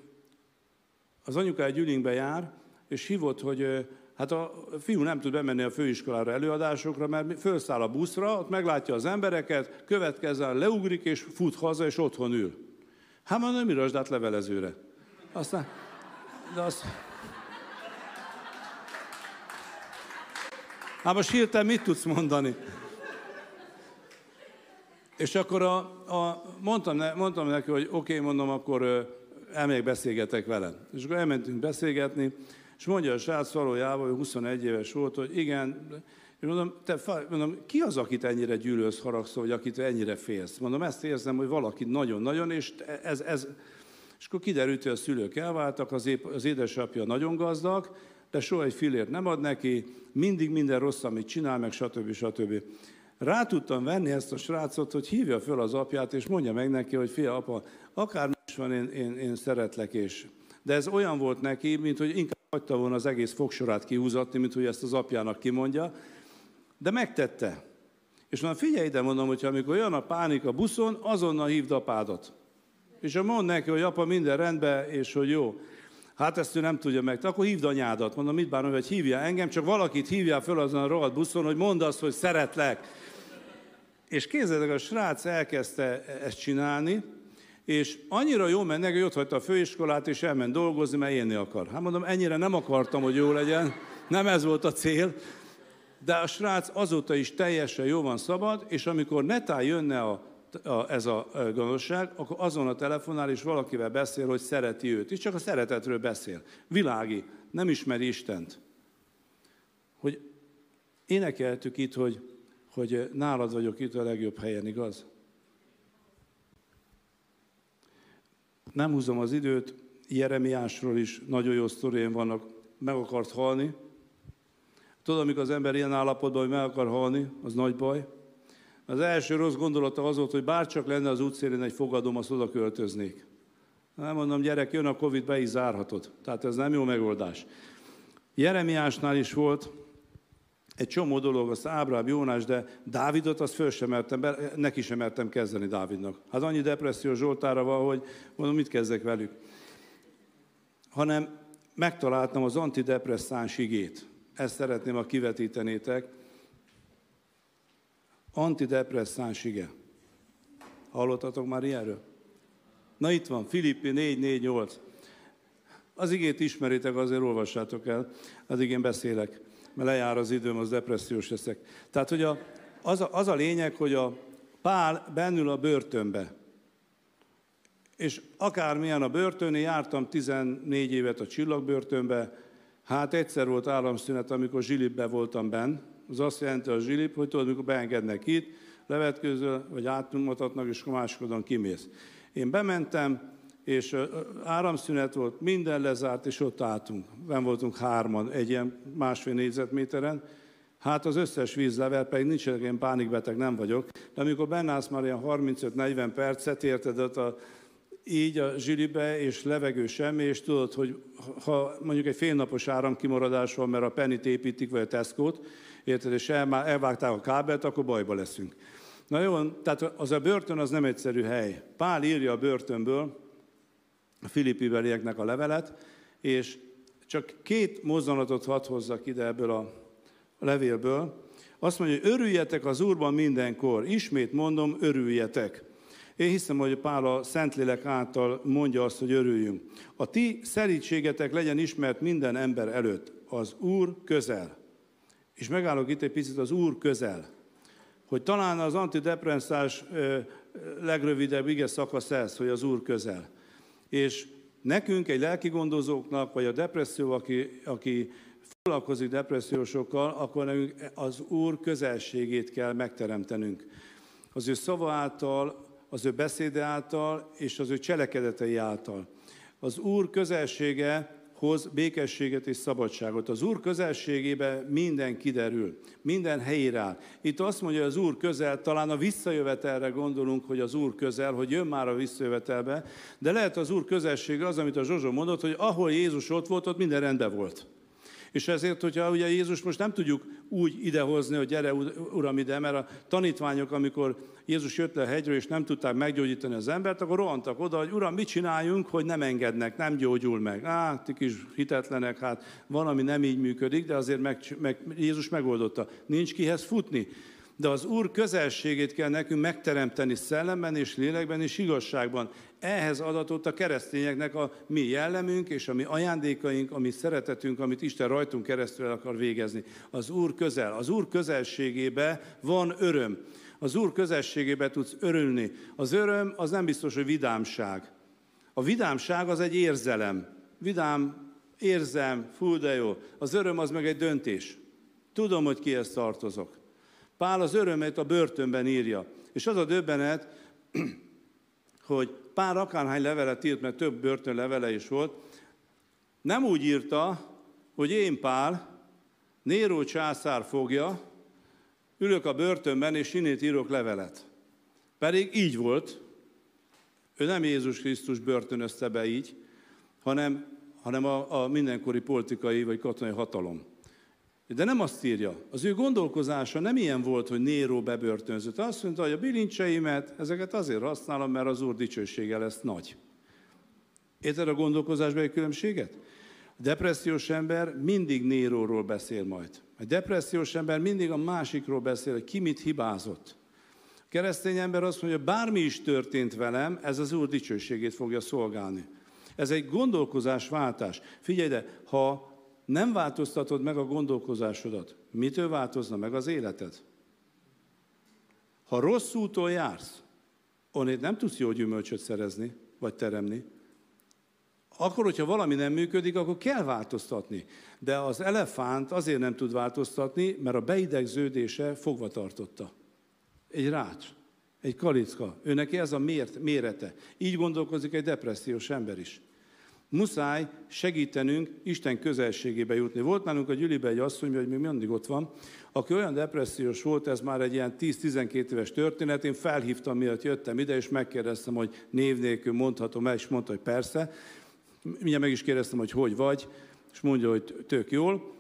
az anyukája Gyülingbe jár, és hívott, hogy hát a fiú nem tud bemenni a főiskolára előadásokra, mert felszáll a buszra, ott meglátja az embereket, következzen, leugrik, és fut haza, és otthon ül. Hát mondom, nem írasd át levelezőre. Aztán... De azt... Hát most hirtelen mit tudsz mondani? És akkor a, a, mondtam, ne, mondtam neki, hogy oké, okay, mondom, akkor elmegyek, beszélgetek vele. És akkor elmentünk beszélgetni, és mondja a srác valójában, hogy huszonegy éves volt, hogy igen, és mondom, te, mondom, ki az, akit ennyire gyűlölsz, haragszol, vagy akit ennyire félsz? Mondom, ezt érzem, hogy valaki nagyon-nagyon, és ez... ez és akkor kiderült, hogy a szülők elváltak, az, épp, az édesapja nagyon gazdag, de soha egy fillért nem ad neki, mindig minden rossz, amit csinál, meg stb. stb. Rá tudtam venni ezt a srácot, hogy hívja föl az apját, és mondja meg neki, hogy fia, apa, akármi is van, én, én, én szeretlek, és... De ez olyan volt neki, mint hogy inkább hagyta volna az egész fogsorát kihúzatni, mint hogy ezt az apjának kimondja, de megtette. És mondom, figyelj ide, mondom, hogyha amikor jön a pánik a buszon, azonnal hívd apádat. És mondd neki, hogy apa, minden rendben, és hogy jó. Hát ezt ő nem tudja meg. Akkor hívd anyádat. Mondom, mit bánom, hogy hívja engem, csak valakit hívjál föl azon a rohadt buszon, hogy mondd azt, hogy szeretlek. És képzeljétek, a srác elkezdte ezt csinálni, és annyira jó ment neki, hogy ott hagyta a főiskolát, és elment dolgozni, mert élni akar. Hát mondom, ennyire nem akartam, hogy jó legyen, nem ez volt a cél, de a srác azóta is teljesen jó van szabad, és amikor netán jönne a, a, ez a gonoszság, akkor azon a telefonál, és valakivel beszél, hogy szereti őt. És csak a szeretetről beszél. Világi, nem ismeri Istent. Hogy énekeltük itt, hogy, hogy nálad vagyok itt a legjobb helyen, igaz? Nem húzom az időt, Jeremiásról is nagyon jó sztorien vannak, meg akart halni. Tudod, amikor az ember ilyen állapotban, hogy meg akar halni, az nagy baj. Az első rossz gondolata az volt, hogy bárcsak lenne az útszélén egy fogadóm, azt oda költöznék. Nem mondom, gyerek, jön a Covid, be is zárhatod. Tehát ez nem jó megoldás. Jeremiásnál is volt egy csomó dolog, az Ábrám, Jónás, de Dávidot azt föl sem mertem, be, neki sem mertem kezdeni Dávidnak. Hát annyi depresszió Zsoltára van, hogy mondom, mit kezdek velük. Hanem megtaláltam az antidepresszáns igét. Ezt szeretném, ha kivetítenétek. Antidepresszáns ige. Hallottatok már ilyenről? Na itt van, Filippi négy négy nyolc. Az igét ismeritek, azért olvassátok el, addig én beszélek, mert lejár az időm, az depressziós leszek. Tehát, hogy a, az, a, az a lényeg, hogy a Pál bennül a börtönbe. És akármilyen a börtön, én jártam tizennégy évet a Csillagbörtönbe, hát egyszer volt államszünet, amikor zsilipbe voltam benn. Az azt jelenti a zsilip, hogy tudod, amikor beengednek itt, levetkőzöl, vagy átmutatnak, és másodon kimész. Én bementem, és áramszünet volt, minden lezárt, és ott álltunk. Benn voltunk hárman, egy ilyen másfél négyzetméteren. Hát az összes víz level, pedig nincs, én pánikbeteg nem vagyok, de amikor bennállsz már ilyen harmincöt-negyven percet, érted, ott a, így a zsilibe, és levegő semmi, és tudod, hogy ha mondjuk egy félnapos áramkimaradás van, mert a Pennyt építik, vagy a Tesco-t, érted, és el, elvágták a kábelt, akkor bajba leszünk. Na jó, tehát az a börtön az nem egyszerű hely. Pál írja a börtönből a filippibelieknek a levelet, és csak két mozzanatot hadd hozzak ide ebből a levélből. Azt mondja, hogy örüljetek az Úrban mindenkor. Ismét mondom, örüljetek. Én hiszem, hogy Pál a Szentlélek által mondja azt, hogy örüljünk. A ti szelídségetek legyen ismert minden ember előtt. Az Úr közel. És megállok itt egy picit, az Úr közel. Hogy talán az antidepresszás legrövidebb ige szakasz ez, hogy az Úr közel. És nekünk, egy lelkigondozóknak, vagy a depresszió, aki, aki foglalkozik depressziósokkal, akkor nekünk az Úr közelségét kell megteremtenünk. Az ő szava által, az ő beszéde által, és az ő cselekedetei által. Az Úr közelsége hoz békességet és szabadságot. Az Úr közelségébe minden kiderül, minden helyére áll. Itt azt mondja, hogy az Úr közel, talán a visszajövetelre gondolunk, hogy az Úr közel, hogy jön már a visszajövetelbe, de lehet az Úr közelsége az, amit a Zsozsó mondott, hogy ahol Jézus ott volt, ott minden rendben volt. És ezért, hogyha ugye Jézus most nem tudjuk úgy idehozni, hogy gyere, Uram, ide, mert a tanítványok, amikor Jézus jött le a hegyről, és nem tudták meggyógyítani az embert, akkor rohantak oda, hogy Uram, mit csináljunk, hogy nem engednek, nem gyógyul meg. Á, ti kis hitetlenek, hát van, ami nem így működik, de azért meg, meg, Jézus megoldotta. Nincs kihez futni. De az Úr közelségét kell nekünk megteremteni szellemben és lélekben és igazságban. Ehhez adatott a keresztényeknek a mi jellemünk és a mi ajándékaink, a mi szeretetünk, amit Isten rajtunk keresztül el akar végezni. Az Úr közel. Az Úr közelségébe van öröm. Az Úr közelségébe tudsz örülni. Az öröm az nem biztos, hogy vidámság. A vidámság az egy érzelem. Vidám, érzem, fú, de jó. Az öröm az meg egy döntés. Tudom, hogy kihez tartozok. Pál az örömet a börtönben írja. És az a döbbenet, hogy Pál akárhány levelet írt, mert több börtön levele is volt, nem úgy írta, hogy én Pál, Néró császár fogja, ülök a börtönben, és innét írok levelet. Pedig így volt. Ő nem Jézus Krisztus börtönözte be így, hanem, hanem a, a mindenkori politikai vagy katonai hatalom. De nem azt írja. Az ő gondolkozása nem ilyen volt, hogy Néró bebörtönzött. Azt mondta, hogy a bilincseimet, ezeket azért használom, mert az Úr dicsősége lesz nagy. Érted a gondolkozásban egy különbséget? A depressziós ember mindig Néróról beszél majd. A depressziós ember mindig a másikról beszél, hogy ki mit hibázott. Keresztény ember azt mondja, bármi is történt velem, ez az Úr dicsőségét fogja szolgálni. Ez egy gondolkozásváltás. Figyelj ide, ha nem változtatod meg a gondolkozásodat, mitől változna meg az életed? Ha rossz úton jársz, onnét nem tudsz jó gyümölcsöt szerezni, vagy teremni, akkor, hogyha valami nem működik, akkor kell változtatni. De az elefánt azért nem tud változtatni, mert a beidegződése fogva tartotta. Egy rács, egy kalicka, ő neki ez a mért, mérete. Így gondolkozik egy depressziós ember is. Muszáj segítenünk Isten közelségébe jutni. Volt nálunk a gyülibe egy asszony, hogy még mindig ott van, aki olyan depressziós volt, ez már egy ilyen tíz-tizenkét éves történet, én felhívtam, miatt jöttem ide, és megkérdeztem, hogy név nélkül mondhatom el, és mondta, hogy persze. Mindjárt meg is kérdeztem, hogy hogy vagy, és mondja, hogy tök jól.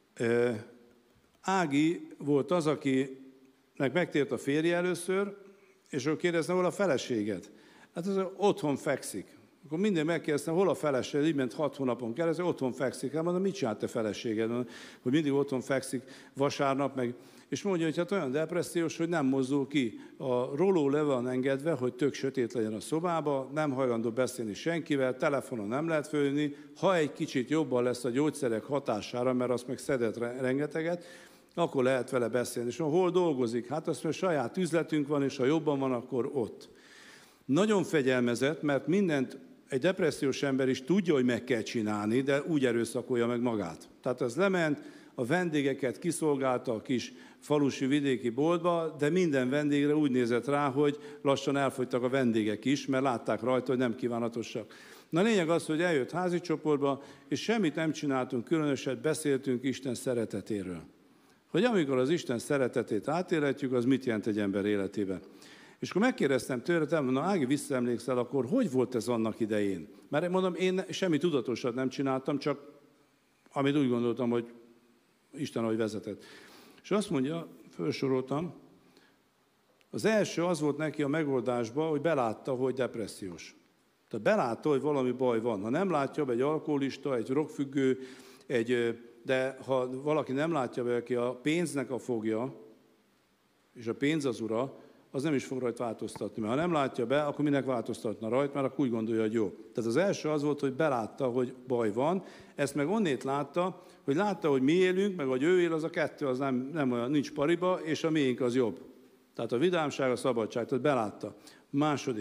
Ági volt az, akinek megtért a férje először, és akkor kérdeztem, hol a feleséged? Hát az otthon fekszik. Akkor minden megkérdeztem, hol a feleséged? Így ment hat hónapon keresztül, otthon fekszik. Hát mondom, mit csinált a feleséged? Hogy mindig otthon fekszik vasárnap, meg... És mondja, hogy hát olyan depressziós, hogy nem mozdul ki. A róló le van engedve, hogy tök sötét legyen a szobába, nem hajlandó beszélni senkivel, telefonon nem lehet fölni. Ha egy kicsit jobban lesz a gyógyszerek hatására, mert azt meg szedett rengeteget, akkor lehet vele beszélni. És hol dolgozik? Hát azt mondja, saját üzletünk van, és ha jobban van, akkor ott. Nagyon fegyelmezett, mert mindent egy depressziós ember is tudja, hogy meg kell csinálni, de úgy erőszakolja meg magát. Tehát ez lement, a vendégeket kiszolgálta a kis falusi vidéki boltba, de minden vendégre úgy nézett rá, hogy lassan elfogytak a vendégek is, mert látták rajta, hogy nem kívánatosak. Na lényeg az, hogy eljött házi csoportba, és semmit nem csináltunk különöset, beszéltünk Isten szeretetéről. Hogy amikor az Isten szeretetét átéletjük, az mit jelent egy ember életében. És akkor megkérdeztem tőle, mondom, Ági, visszaemlékszel, akkor hogy volt ez annak idején? Mert mondom, én semmi tudatosat nem csináltam, csak amit úgy gondoltam, hogy Isten ahogy vezetett. És azt mondja, felsoroltam, az első az volt neki a megoldásban, hogy belátta, hogy depressziós. Tehát belátta, hogy valami baj van. Ha nem látja, egy alkoholista, egy rockfüggő, egy, de ha valaki nem látja be, aki a pénznek a fogja, és a pénz az ura, az nem is fog rajta változtatni. Mert ha nem látja be, akkor minek változtatna rajta, mert akkor úgy gondolja, hogy jó. Tehát az első az volt, hogy belátta, hogy baj van. Ezt meg onnét látta, hogy látta, hogy mi élünk, meg hogy ő él, az a kettő, az nem, nem olyan, nincs pariba, és a miénk az jobb. Tehát a vidámság, a szabadság, tehát belátta. Második.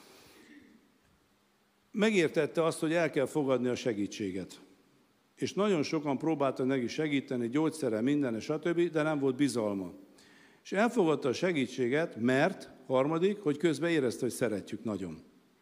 Megértette azt, hogy el kell fogadni a segítséget. És nagyon sokan próbáltak neki segíteni, gyógyszerrel, minden, stb., de nem volt bizalma. És elfogadta a segítséget, mert, harmadik, hogy közben érezte, hogy szeretjük nagyon.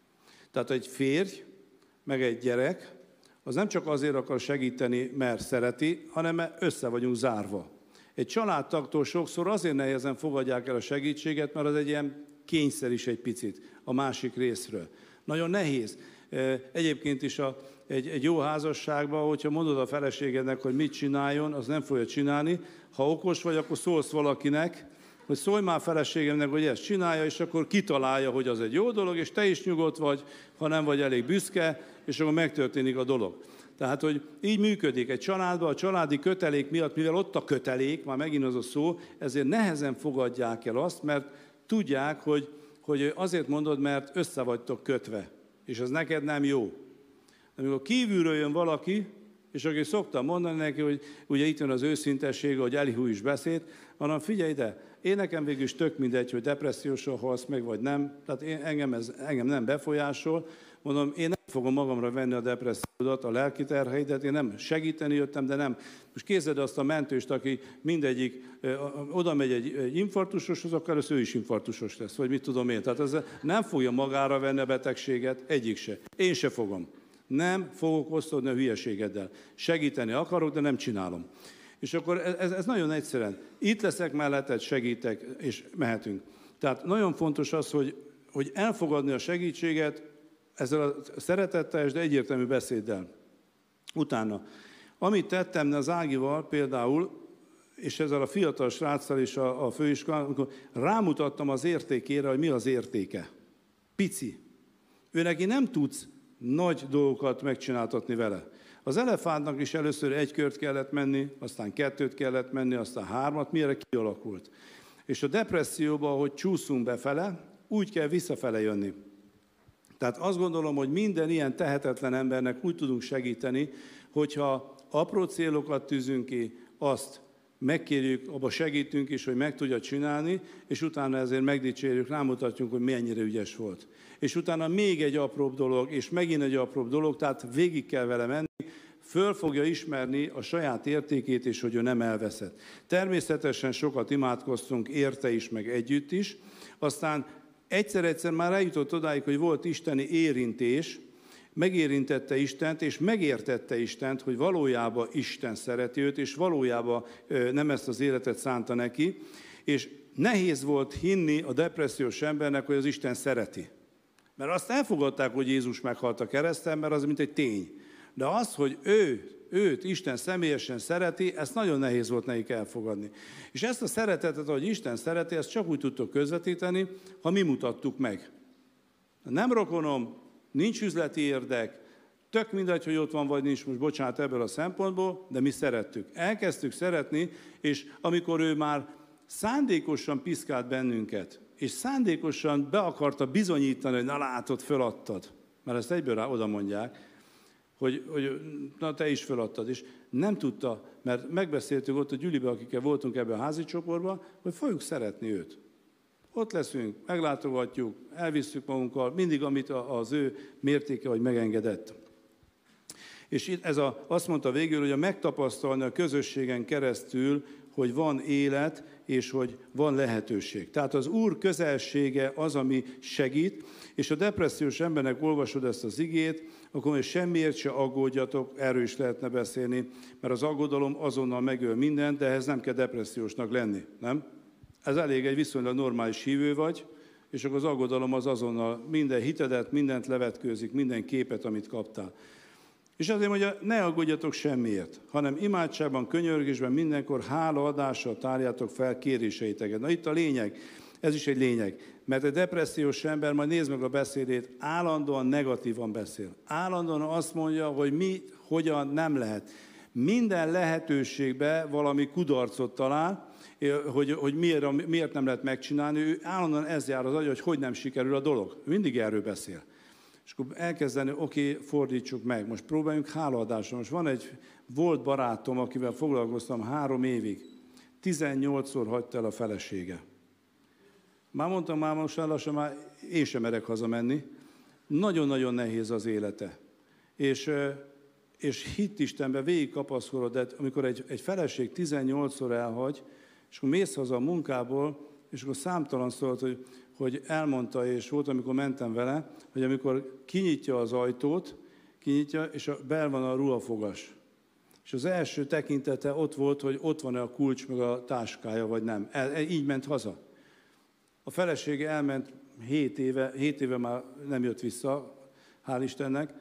Tehát egy férj, meg egy gyerek, az nem csak azért akar segíteni, mert szereti, hanem mert össze vagyunk zárva. Egy családtagtól sokszor azért nehezen fogadják el a segítséget, mert az egy ilyen kényszer is egy picit a másik részről. Nagyon nehéz. Egyébként is a, egy, egy jó házasságban, hogyha mondod a feleségednek, hogy mit csináljon, az nem fogja csinálni. Ha okos vagy, akkor szólsz valakinek, hogy szólj már feleségemnek, hogy ezt csinálja, és akkor kitalálja, hogy az egy jó dolog, és te is nyugodt vagy, ha nem vagy elég büszke, és akkor megtörténik a dolog. Tehát, hogy így működik egy családban, a családi kötelék miatt, mivel ott a kötelék, már megint az a szó, ezért nehezen fogadják el azt, mert tudják, hogy, hogy azért mondod, mert össze vagytok kötve, és ez neked nem jó. Amikor kívülről jön valaki, és aki szoktam mondani neki, hogy ugye itt jön az őszintesség, hogy Elihu is beszélt, hanem figyelj ide, én nekem végül is tök mindegy, hogy depressziósra halsz meg, vagy nem, tehát én, engem, ez, engem nem befolyásol, mondom, én nem fogom magamra venni a depressziódat, a lelki terheidet, én nem segíteni jöttem, de nem. Most képzeld azt a mentőst, aki mindegyik oda megy egy, egy infarktusoshoz, akkor először ő is infarktusos lesz, vagy mit tudom én. Tehát ez nem fogja magára venni a betegséget, egyik se. Én se fogom. Nem fogok osztodni a hülyeségeddel. Segíteni akarok, de nem csinálom. És akkor ez, ez nagyon egyszerűen. Itt leszek melletted, segítek, és mehetünk. Tehát nagyon fontos az, hogy, hogy elfogadni a segítséget ezzel a szeretettel, de egyértelmű beszéddel. Utána, amit tettem az Ágival például, és ezzel a fiatal sráccal és a, a főiskolán, amikor rámutattam az értékére, hogy mi az értéke. Pici. Ő neki nem tudsz nagy dolgokat megcsináltatni vele. Az elefántnak is először egy kört kellett menni, aztán kettőt kellett menni, aztán hármat, mire kialakult. És a depresszióba, ahogy csúszunk befele, úgy kell visszafele jönni. Tehát azt gondolom, hogy minden ilyen tehetetlen embernek úgy tudunk segíteni, hogyha apró célokat tűzünk ki, azt megkérjük, abba segítünk is, hogy meg tudja csinálni, és utána ezért megdicsérjük, rámutatjunk, hogy mennyire ügyes volt. És utána még egy apróbb dolog, és megint egy apróbb dolog, tehát végig kell vele menni, föl fogja ismerni a saját értékét, és hogy ő nem elveszett. Természetesen sokat imádkoztunk, érte is, meg együtt is, aztán egyszer-egyszer már eljutott odáig, hogy volt isteni érintés, megérintette Istent, és megértette Istent, hogy valójában Isten szereti őt, és valójában nem ezt az életet szánta neki, és nehéz volt hinni a depressziós embernek, hogy az Isten szereti. Mert azt elfogadták, hogy Jézus meghalt a kereszten, mert az mint egy tény. De az, hogy ő, őt Isten személyesen szereti, ezt nagyon nehéz volt nekik elfogadni. És ezt a szeretetet, ahogy Isten szereti, ezt csak úgy tudtok közvetíteni, ha mi mutattuk meg. Nem rokonom, nincs üzleti érdek, tök mindegy, hogy ott van vagy nincs, most bocsánat ebből a szempontból, de mi szerettük. Elkezdtük szeretni, és amikor ő már szándékosan piszkált bennünket, és szándékosan be akarta bizonyítani, hogy na látod, föladtad, mert ezt egyből rá oda mondják, hogy, hogy na te is föladtad, és nem tudta, mert megbeszéltük ott a Gyülibe, akikkel voltunk ebben a házi csoportban, hogy fogjuk szeretni őt. Ott leszünk, meglátogatjuk, elvisszük magunkkal, mindig, amit az ő mértéke, hogy megengedett. És itt ez a, azt mondta végül, hogy a megtapasztalni a közösségen keresztül, hogy van élet, és hogy van lehetőség. Tehát az Úr közelsége az, ami segít, és a depressziós embernek olvasod ezt az igét, akkor hogy semmiért se aggódjatok, erről is lehetne beszélni, mert az aggodalom azonnal megöl mindent, de ehhez nem kell depressziósnak lenni, nem? Ez elég, egy viszonylag normális hívő vagy, és akkor az aggodalom az azonnal minden hitedet, mindent levetkőzik, minden képet, amit kaptál. És azért mondja, ne aggódjatok semmiért, hanem imádságban, könyörgésben mindenkor hálaadással tárjátok fel kéréseiteket. Na itt a lényeg, ez is egy lényeg, mert egy depressziós ember, majd nézd meg a beszédét, állandóan negatívan beszél. Állandóan azt mondja, hogy mi, hogyan nem lehet. Minden lehetőségben valami kudarcot talál, hogy, hogy miért, miért nem lehet megcsinálni, ő állandóan ez jár az agy, hogy hogy nem sikerül a dolog. Mindig erről beszél. És akkor elkezdeni, oké, okay, fordítsuk meg, most próbáljunk hálaadásra. Most van egy volt barátom, akivel foglalkoztam három évig, tizennyolcszor hagyta el a felesége. Már mondtam, már most lassan már én sem merek hazamenni. Nagyon-nagyon nehéz az élete. És, és hitt Istenben végig kapaszkodott, de amikor egy, egy feleség tizennyolcszor elhagy, és akkor mész haza a munkából, és akkor számtalan szólt, hogy, hogy elmondta, és volt, amikor mentem vele, hogy amikor kinyitja az ajtót, kinyitja, és a, bel van a ruhafogas. És az első tekintete ott volt, hogy ott van-e a kulcs, meg a táskája, vagy nem. El, el, így ment haza. A felesége elment hét éve, hét éve már nem jött vissza, hál' Istennek,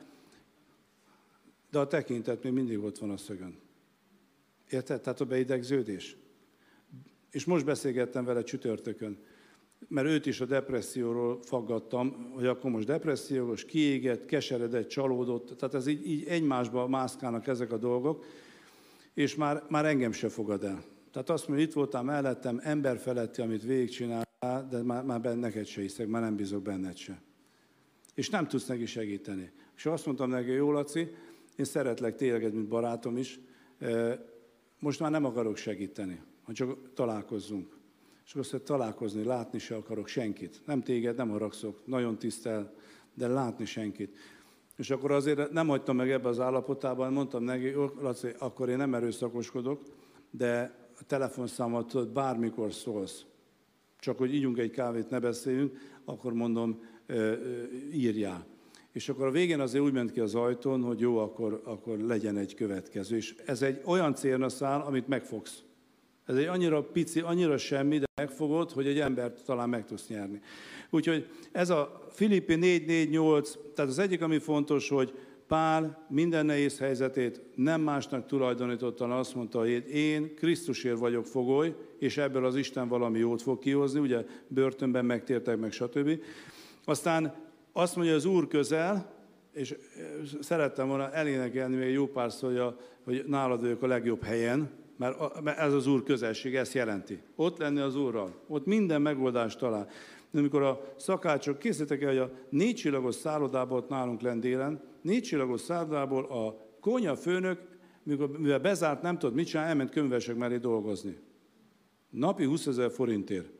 de a tekintet még mindig ott van a szögön. Érted? Tehát a beidegződés. És most beszélgettem vele csütörtökön, mert őt is a depresszióról faggattam, hogy akkor most depressziós, kiégett, keseredett, csalódott, tehát ez így, így egymásba mászkálnak ezek a dolgok, és már, már engem se fogad el. Tehát azt mondja, itt voltál mellettem, emberfeletti, amit végigcsináltál, de már, már neked se hiszek, már nem bízok benned se. És nem tudsz neki segíteni. És azt mondtam neki, jó Laci, én szeretlek téged, mint barátom is, most már nem akarok segíteni, ha csak találkozzunk. És azt mondja, találkozni, látni se akarok senkit. Nem téged, nem haragszok, nagyon tisztel, de látni senkit. És akkor azért nem hagytam meg ebbe az állapotában, mondtam neki, jó, Laci, akkor én nem erőszakoskodok, de a telefonszámot tudod, bármikor szólsz. Csak hogy ígyunk egy kávét, ne beszéljünk, akkor mondom, írjál. És akkor a végén azért úgy ment ki az ajtón, hogy jó, akkor, akkor legyen egy következő. És ez egy olyan célnaszál, amit megfogsz. Ez egy annyira pici, annyira semmi, de megfogod, hogy egy embert talán meg tudsz nyerni. Úgyhogy ez a Filippi négy négy nyolc, tehát az egyik, ami fontos, hogy Pál minden nehéz helyzetét nem másnak tulajdonította, azt mondta, hogy én Krisztusért vagyok fogoly, és ebből az Isten valami jót fog kihozni, ugye börtönben megtértek meg, stb. Aztán azt mondja, az Úr közel, és szerettem volna elénekelni még jó párszor, hogy, a, hogy nálad vagyok a legjobb helyen, mert ez az Úr közelség, ezt jelenti. Ott lenni az Úrral, ott minden megoldást talál. De amikor a szakácsok, készítek el, hogy a négy csillagos szállodából ott nálunk lent délen, négy csillagos szállodából a konyha főnök, mivel bezárt, nem tudott mit csinálni, elment könyvesek mellé dolgozni. Napi húszezer forintért.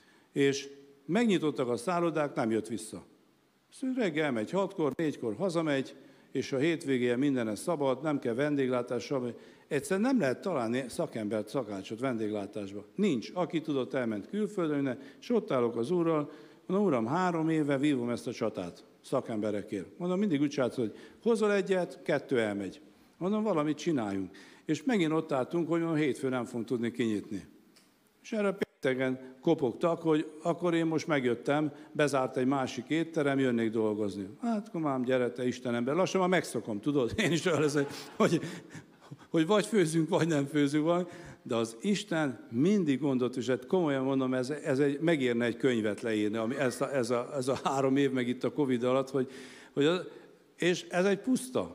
És megnyitottak a szállodák, nem jött vissza. Szóval reggel elmegy hatkor, négykor hazamegy, és a hétvégén minden szabad, nem kell vendéglátás, semmi. Egyszerűen nem lehet találni szakembert, szakácsot vendéglátásba. Nincs. Aki tudott, elment külföldön, és ott állok az Úrral, mondom, Uram, három éve vívom ezt a csatát szakemberekért. Mondom, mindig úgy csinálsz, hogy hozol egyet, kettő elmegy. Mondom, valamit csináljunk. És megint ott álltunk, hogy mondom, hétfőn nem fogunk tudni kinyitni. És erre pénteken kopogtak, hogy akkor én most megjöttem, bezárt egy másik étterem, jönnék dolgozni. Hát, akkor már gyere te Istenemben, lassan már megszokom, tudod? Én is olyan leszek, hogy, hogy vagy főzünk, vagy nem főzünk, vagy. De az Isten mindig gondolt, és hát komolyan mondom, ez, ez egy, megérne egy könyvet leírni, ami ez, a, ez, a, ez a három év meg itt a Covid alatt, hogy, hogy az, és ez egy puszta.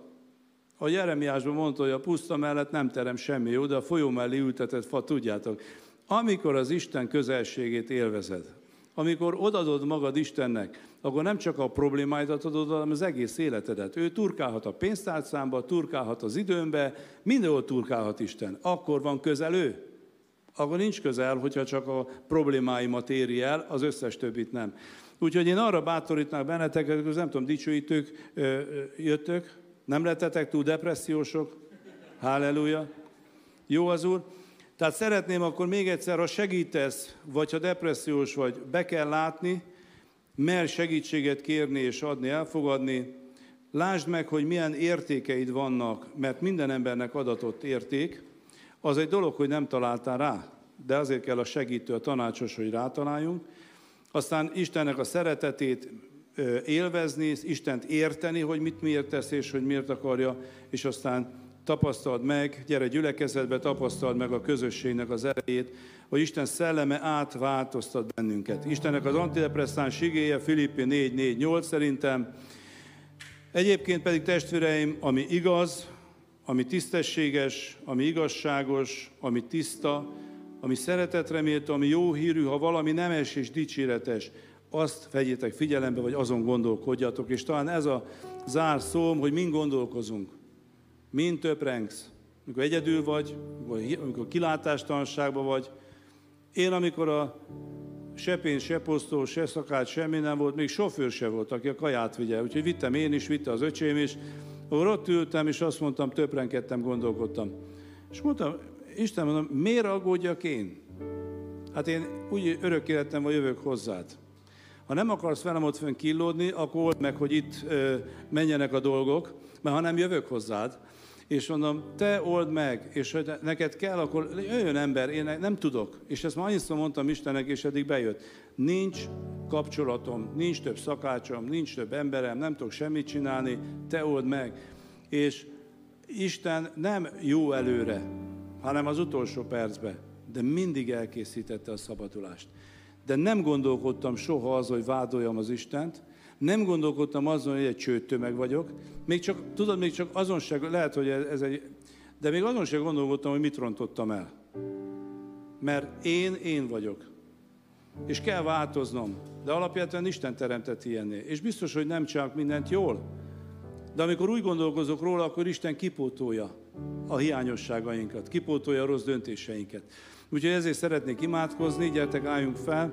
A Jeremiásban mondta, hogy a puszta mellett nem terem semmi jó, de a folyó mellé ültetett fa, tudjátok. Amikor az Isten közelségét élvezed, amikor odadod magad Istennek, akkor nem csak a problémáidat adod, hanem az egész életedet. Ő turkálhat a pénztárcámba, turkálhat az időmbe, mindenhol turkálhat Isten. Akkor van közel ő. Akkor nincs közel, hogyha csak a problémáimat éri el, az összes többit nem. Úgyhogy én arra bátorítnák benneteket, hogy nem tudom, dicsőítők jöttök, nem lettetek túl depressziósok, halleluja, jó az Úr. Tehát szeretném akkor még egyszer, ha segítesz, vagy ha depressziós vagy, be kell látni, mer segítséget kérni és adni, elfogadni. Lásd meg, hogy milyen értékeid vannak, mert minden embernek adatott érték. Az egy dolog, hogy nem találtál rá, de azért kell a segítő, a tanácsos, hogy rátaláljunk. Aztán Istennek a szeretetét élvezni, Istent érteni, hogy mit miért tesz és hogy miért akarja, és aztán tapasztald meg, gyere gyülekezetbe, tapasztald meg a közösségnek az erejét, hogy Isten szelleme átváltoztat bennünket. Istennek az antidepresszáns igéje, Filippi négy négy nyolc szerintem. Egyébként pedig testvéreim, ami igaz, ami tisztességes, ami igazságos, ami tiszta, ami szeretetre méltó, ami jó hírű, ha valami nemes és dicséretes, azt vegyétek figyelembe, vagy azon gondolkodjatok. És talán ez a zárszóm, hogy mind gondolkozunk. Mind töprengsz, amikor egyedül vagy, amikor kilátástalanságban vagy. Én, amikor a se pénz, se posztó, se szakács, semmi nem volt, még sofőr se volt, aki a kaját vigye. Úgyhogy vittem én is, vitte az öcsém is. Ahol ott ültem, és azt mondtam, töprengkedtem, gondolkodtam. És mondtam, Isten, mondom, miért aggódjak én? Hát én úgy örök életem, hogy jövök hozzád. Ha nem akarsz velem ott fönn killódni, akkor old meg, hogy itt ö, menjenek a dolgok, mert ha nem jövök hozzád, és mondom, te old meg, és hogy neked kell, akkor jöjjön ember, én nem tudok. És ezt már annyiszor mondtam Istennek, és eddig bejött. Nincs kapcsolatom, nincs több szakácsom, nincs több emberem, nem tudok semmit csinálni, te old meg. És Isten nem jó előre, hanem az utolsó percben, de mindig elkészítette a szabadulást. De nem gondolkodtam soha az, hogy vádoljam az Istent, nem gondolkodtam azon, hogy egy csőttömeg vagyok, még csak, tudod, még csak azon se, lehet, hogy ez egy, de még azon se gondolkodtam, hogy mit rontottam el. Mert én, én vagyok. És kell változnom, de alapvetően Isten teremtett ilyenné. És biztos, hogy nem csinálok mindent jól. De amikor úgy gondolkozok róla, akkor Isten kipótolja a hiányosságainkat, kipótolja a rossz döntéseinket. Úgyhogy ezért szeretnék imádkozni, gyertek, álljunk fel.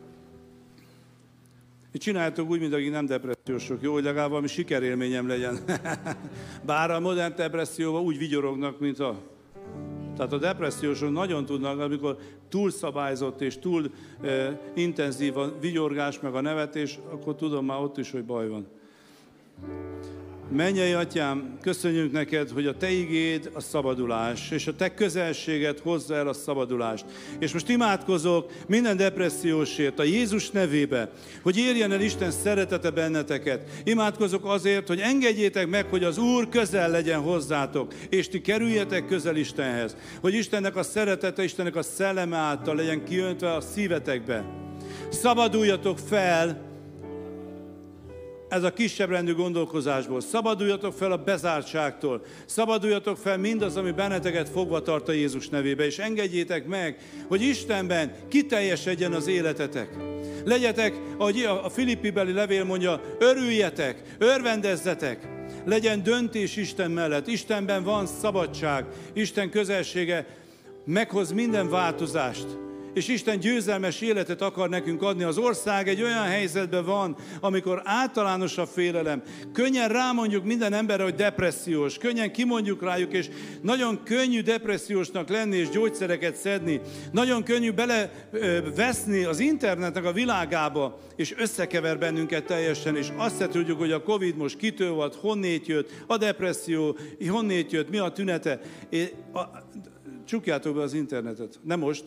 És csináljátok úgy, mint akik nem depressziósok, jó, hogy legalább valami sikerélményem legyen. Bár a modern depresszióban úgy vigyorognak, mint a... Tehát a depressziósok nagyon tudnak, amikor túl szabályzott és túl eh, intenzív a vigyorgás, meg a nevetés, akkor tudom már ott is, hogy baj van. Mennyei Atyám, köszönjük neked, hogy a te igéd a szabadulás, és a te közelséged hozza el a szabadulást. És most imádkozok minden depressziósért a Jézus nevébe, hogy érjen el Isten szeretete benneteket. Imádkozok azért, hogy engedjétek meg, hogy az Úr közel legyen hozzátok, és ti kerüljetek közel Istenhez. Hogy Istennek a szeretete, Istennek a szelleme által legyen kiöntve a szívetekbe. Szabaduljatok fel ez a kisebbrendű gondolkozásból. Szabaduljatok fel a bezártságtól. Szabaduljatok fel mindaz, ami benneteket fogva tart a Jézus nevébe, és engedjétek meg, hogy Istenben kiteljesedjen az életetek. Legyetek, ahogy a Filippibeli levél mondja, örüljetek, örvendezzetek. Legyen döntés Isten mellett. Istenben van szabadság. Isten közelsége meghoz minden változást. És Isten győzelmes életet akar nekünk adni. Az ország egy olyan helyzetben van, amikor általános a félelem. Könnyen rámondjuk minden emberre, hogy depressziós. Könnyen kimondjuk rájuk, és nagyon könnyű depressziósnak lenni és gyógyszereket szedni. Nagyon könnyű beleveszni az internetnek a világába, és összekever bennünket teljesen, és azt se tudjuk, hogy a Covid most kitől volt, honnét jött, a depresszió, honnét jött, mi a tünete. É, a, csukjátok be az internetet. Nem most.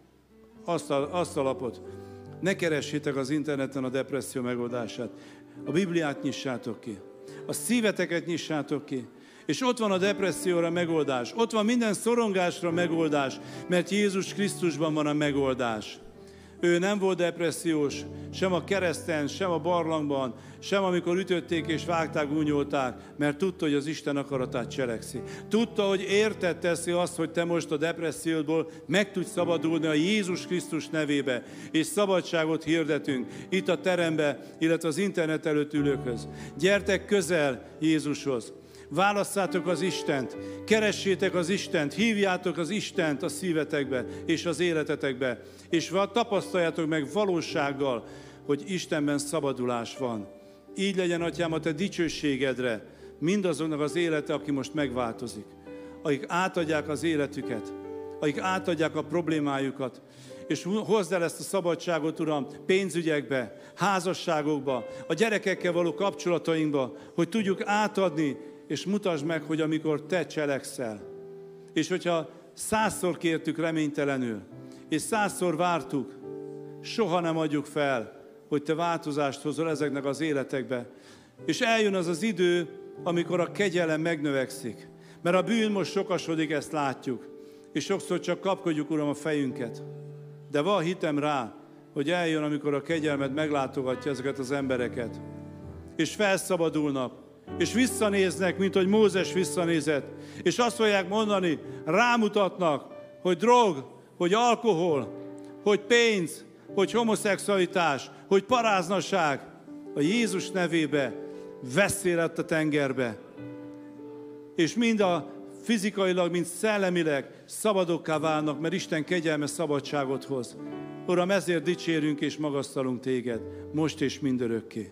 Azt a, azt a lapot. Ne keressétek az interneten a depresszió megoldását. A Bibliát nyissátok ki. A szíveteket nyissátok ki. És ott van a depresszióra megoldás. Ott van minden szorongásra megoldás, mert Jézus Krisztusban van a megoldás. Ő nem volt depressziós, sem a kereszten, sem a barlangban, sem amikor ütötték és vágták, gúnyolták, mert tudta, hogy az Isten akaratát cselekszi. Tudta, hogy érted teszi azt, hogy te most a depressziódból meg tudsz szabadulni a Jézus Krisztus nevébe, és szabadságot hirdetünk itt a terembe, illetve az internet előtt ülőkhöz. Gyertek közel Jézushoz. Válasszátok az Istent, keressétek az Istent, hívjátok az Istent a szívetekbe és az életetekbe, és tapasztaljátok meg valósággal, hogy Istenben szabadulás van. Így legyen, Atyám, a te dicsőségedre mindazoknak az élete, aki most megváltozik, akik átadják az életüket, akik átadják a problémájukat, és hozd el ezt a szabadságot, Uram, pénzügyekbe, házasságokba, a gyerekekkel való kapcsolatainkba, hogy tudjuk átadni, és mutasd meg, hogy amikor te cselekszel, és hogyha százszor kértük reménytelenül, és százszor vártuk, soha nem adjuk fel, hogy te változást hozol ezeknek az életekbe. És eljön az az idő, amikor a kegyelem megnövekszik. Mert a bűn most sokasodik, ezt látjuk. És sokszor csak kapkodjuk, Uram, a fejünket. De van hitem rá, hogy eljön, amikor a kegyelmed meglátogatja ezeket az embereket. És felszabadulnak, és visszanéznek, mint hogy Mózes visszanézett. És azt fogják mondani, rámutatnak, hogy drog, hogy alkohol, hogy pénz, hogy homoszexualitás, hogy paráznaság a Jézus nevébe veszély lett a tengerbe. És mind a fizikailag, mind szellemileg szabadokká válnak, mert Isten kegyelme szabadságot hoz. Uram, ezért dicsérünk és magasztalunk téged, most és mindörökké.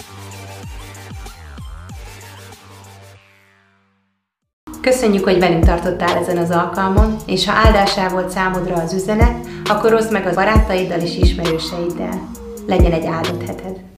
Köszönjük, hogy velünk tartottál ezen az alkalmon, és ha áldásá volt számodra az üzenet, akkor oszd meg a barátaiddal és ismerőseiddel. Legyen egy áldott heted!